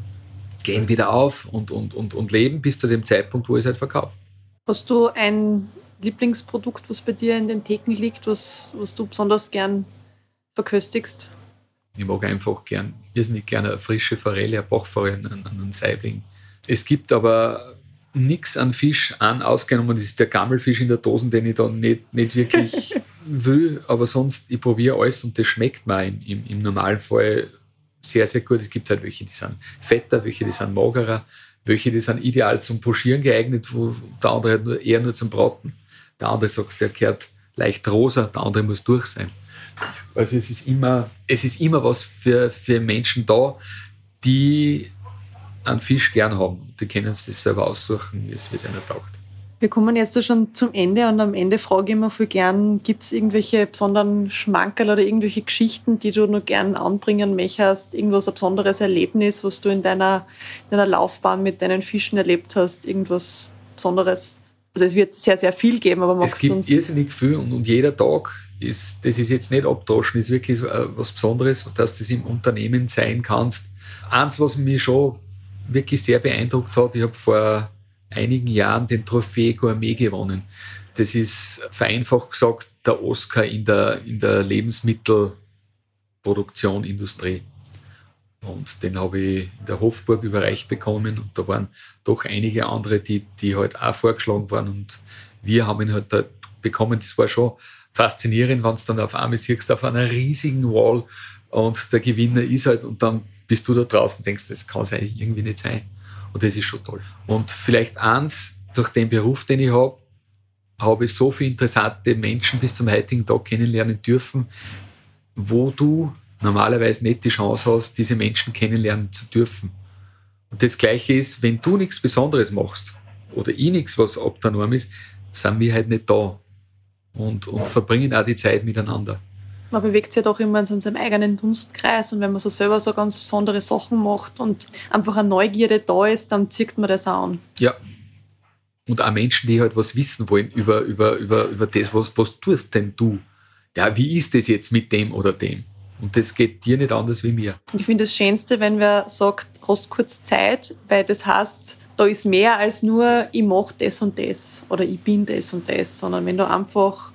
Gehen wieder auf und leben bis zu dem Zeitpunkt, wo ich es halt verkaufe. Hast du ein Lieblingsprodukt, was bei dir in den Theken liegt, was du besonders gern verköstigst? Ich mag einfach irrsinnig gerne eine frische Forelle, eine Bachforelle, einen Saibling. Es gibt aber nichts an Fisch ausgenommen, das ist der Gammelfisch in der Dose, den ich dann nicht wirklich will, aber sonst, ich probiere alles und das schmeckt mir im normalen Fall sehr, sehr gut. Es gibt halt welche, die sind fetter, welche, die sind magerer, welche, die sind ideal zum Pochieren geeignet, wo der andere halt eher nur zum Braten. Der andere sagt, der gehört leicht rosa, der andere muss durch sein. Also es ist immer was für Menschen da, die einen Fisch gern haben. Die können sich das selber aussuchen, wie es ihnen taugt. Wir kommen jetzt schon zum Ende und am Ende frage ich immer viel gern, gibt es irgendwelche besonderen Schmankerl oder irgendwelche Geschichten, die du noch gern anbringen möchtest? Irgendwas, ein besonderes Erlebnis, was du in deiner Laufbahn mit deinen Fischen erlebt hast? Irgendwas Besonderes? Also es wird sehr, sehr viel geben, aber magst du uns... Es gibt irrsinnig viel und jeder Tag das ist jetzt nicht abtauschen, ist wirklich was Besonderes, dass das im Unternehmen sein kannst. Eins, was mich schon wirklich sehr beeindruckt hat, ich habe vor einigen Jahren den Trophäe Gourmet gewonnen. Das ist vereinfacht gesagt der Oscar in der Lebensmittelproduktion, Industrie. Und den habe ich in der Hofburg überreicht bekommen und da waren doch einige andere, die halt auch vorgeschlagen waren und wir haben ihn halt da bekommen. Das war schon faszinierend, wenn du dann auf einmal siehst, auf einer riesigen Wall und der Gewinner ist halt und dann bist du da draußen und denkst, das kann es eigentlich irgendwie nicht sein. Und das ist schon toll. Und vielleicht eins, durch den Beruf, den ich habe ich so viele interessante Menschen bis zum heutigen Tag kennenlernen dürfen, wo du normalerweise nicht die Chance hast, diese Menschen kennenlernen zu dürfen. Und das Gleiche ist, wenn du nichts Besonderes machst oder ich nichts, was ab der Norm ist, sind wir halt nicht da und verbringen auch die Zeit miteinander. Man bewegt sich ja doch immer in seinem eigenen Dunstkreis und wenn man so selber so ganz besondere Sachen macht und einfach eine Neugierde da ist, dann zieht man das auch an. Ja. Und auch Menschen, die halt was wissen wollen über das, was tust denn du? Ja, wie ist das jetzt mit dem oder dem? Und das geht dir nicht anders wie mir. Und ich finde das Schönste, wenn wer sagt, hast kurz Zeit, weil das heißt, da ist mehr als nur, ich mache das und das oder ich bin das und das, sondern wenn man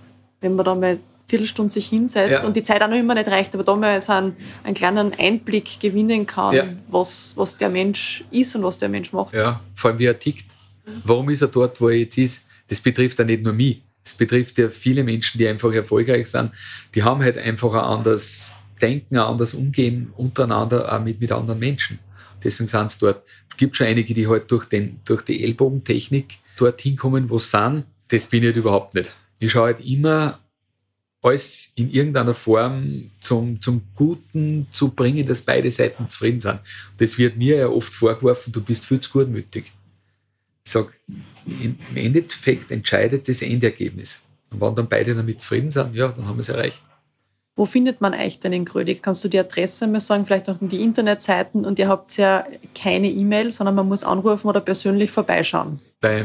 da mal eine Viertelstunde sich hinsetzt und die Zeit auch noch immer nicht reicht, aber da mal so einen kleinen Einblick gewinnen kann, was der Mensch ist und was der Mensch macht. Ja, vor allem wie er tickt. Warum ist er dort, wo er jetzt ist? Das betrifft ja nicht nur mich. Das betrifft ja viele Menschen, die einfach erfolgreich sind. Die haben halt einfach ein anderes Denken, ein anderes Umgehen untereinander, auch mit anderen Menschen. Deswegen sind sie dort. Es gibt schon einige, die halt durch die Ellbogentechnik dorthin kommen, wo sie sind. Das bin ich halt überhaupt nicht. Ich schaue halt immer, alles in irgendeiner Form zum Guten zu bringen, dass beide Seiten zufrieden sind. Und das wird mir ja oft vorgeworfen, du bist viel zu gutmütig. Ich sage, im Endeffekt entscheidet das Endergebnis. Und wenn dann beide damit zufrieden sind, ja, dann haben wir es erreicht. Wo findet man euch denn in Grödig? Kannst du die Adresse mal sagen, vielleicht auch die Internetseiten? Und ihr habt ja keine E-Mail, sondern man muss anrufen oder persönlich vorbeischauen.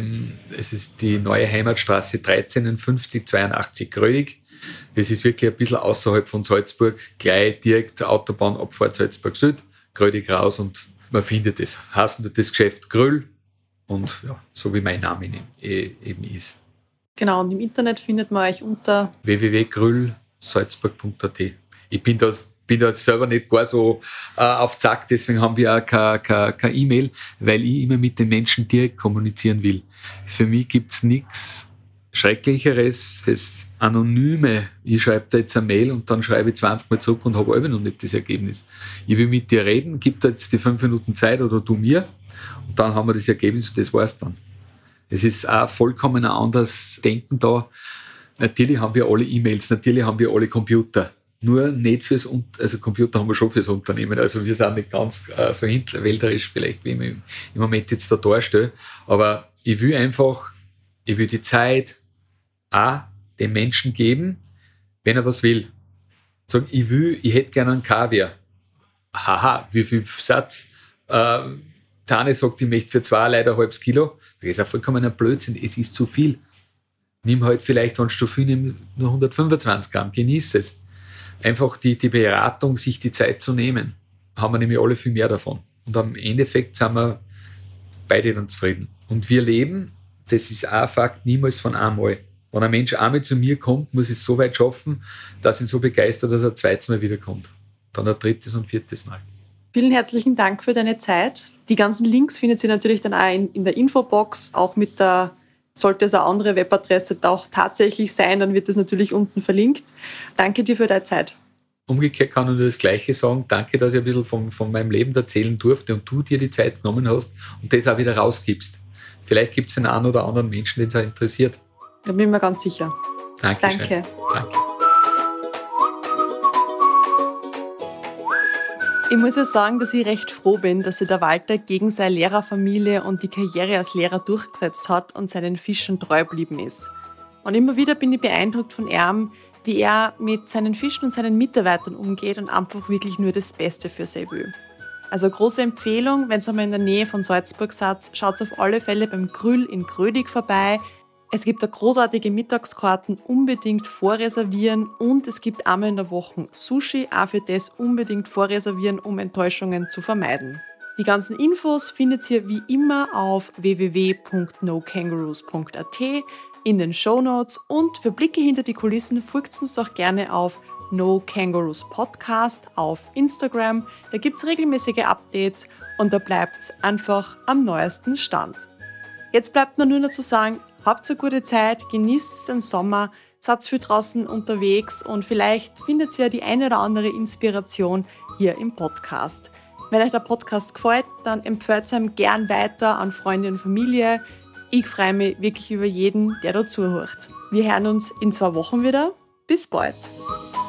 Es ist die Neue Heimatstraße 13 5082 Grödig. Das ist wirklich ein bisschen außerhalb von Salzburg, gleich direkt Autobahnabfahrt Salzburg Süd, Grödig raus und man findet es. Heißt das Geschäft Gröll und ja, so wie mein Name eben ist. Genau, und im Internet findet man euch unter www.grüllsalzburg.at. Ich bin da selber nicht gar so auf Zack, deswegen haben wir auch keine E-Mail, weil ich immer mit den Menschen direkt kommunizieren will. Für mich gibt es nichts Schrecklicheres, das Anonyme. Ich schreibe da jetzt eine Mail und dann schreibe ich 20 Mal zurück und habe immer noch nicht das Ergebnis. Ich will mit dir reden, gib dir jetzt die 5 Minuten Zeit oder du mir und dann haben wir das Ergebnis und das war's dann. Es ist auch vollkommen ein anderes Denken da. Natürlich haben wir alle E-Mails, natürlich haben wir alle Computer. Nur nicht also Computer haben wir schon fürs Unternehmen. Also wir sind nicht ganz so hinterwäldlerisch vielleicht, wie ich mich im Moment jetzt da darstelle. Aber ich will die Zeit auch den Menschen geben, wenn er was will. Sagen, ich hätte gerne einen Kaviar. Haha, wie viel Satz? Tane sagt, ich möchte für 2 Leute ein halbes Kilo. Das ist ja vollkommen ein Blödsinn. Es ist zu viel. Nimm halt vielleicht, wenn du viel nimmst, nur 125 Gramm. Genieß es. Einfach die Beratung, sich die Zeit zu nehmen. Haben wir nämlich alle viel mehr davon. Und am Endeffekt sind wir beide dann zufrieden. Und wir leben, das ist auch ein Fakt, niemals von einmal. Wenn ein Mensch einmal zu mir kommt, muss ich es so weit schaffen, dass ich ihn so begeistert, dass er ein zweites Mal wiederkommt. Dann ein drittes und viertes Mal. Vielen herzlichen Dank für deine Zeit. Die ganzen Links findet ihr natürlich dann auch in der Infobox, auch mit sollte es eine andere Webadresse auch tatsächlich sein, dann wird das natürlich unten verlinkt. Danke dir für deine Zeit. Umgekehrt kann ich nur das Gleiche sagen. Danke, dass ich ein bisschen von meinem Leben erzählen durfte und du dir die Zeit genommen hast und das auch wieder rausgibst. Vielleicht gibt es den einen oder anderen Menschen, den es auch interessiert. Da bin ich mir ganz sicher. Danke. Ich Ich muss ja sagen, dass ich recht froh bin, dass sich der Walter gegen seine Lehrerfamilie und die Karriere als Lehrer durchgesetzt hat und seinen Fischen treu geblieben ist. Und immer wieder bin ich beeindruckt von ihm, wie er mit seinen Fischen und seinen Mitarbeitern umgeht und einfach wirklich nur das Beste für sie will. Also große Empfehlung, wenn ihr einmal in der Nähe von Salzburg seid, schaut auf alle Fälle beim Grüll in Grödig vorbei. Es gibt da großartige Mittagskarten, unbedingt vorreservieren und es gibt einmal in der Woche Sushi, auch für das unbedingt vorreservieren, um Enttäuschungen zu vermeiden. Die ganzen Infos findet ihr wie immer auf www.nokangaroos.at, in den Shownotes und für Blicke hinter die Kulissen folgt uns doch gerne auf No Kangaroos Podcast auf Instagram. Da gibt es regelmäßige Updates und da bleibt es einfach am neuesten Stand. Jetzt bleibt mir nur noch zu sagen, habt eine gute Zeit, genießt den Sommer, seid viel draußen unterwegs und vielleicht findet ihr die eine oder andere Inspiration hier im Podcast. Wenn euch der Podcast gefällt, dann empfehlt es ihm gern weiter an Freunde und Familie. Ich freue mich wirklich über jeden, der da zuhört. Wir hören uns in 2 Wochen wieder. Bis bald!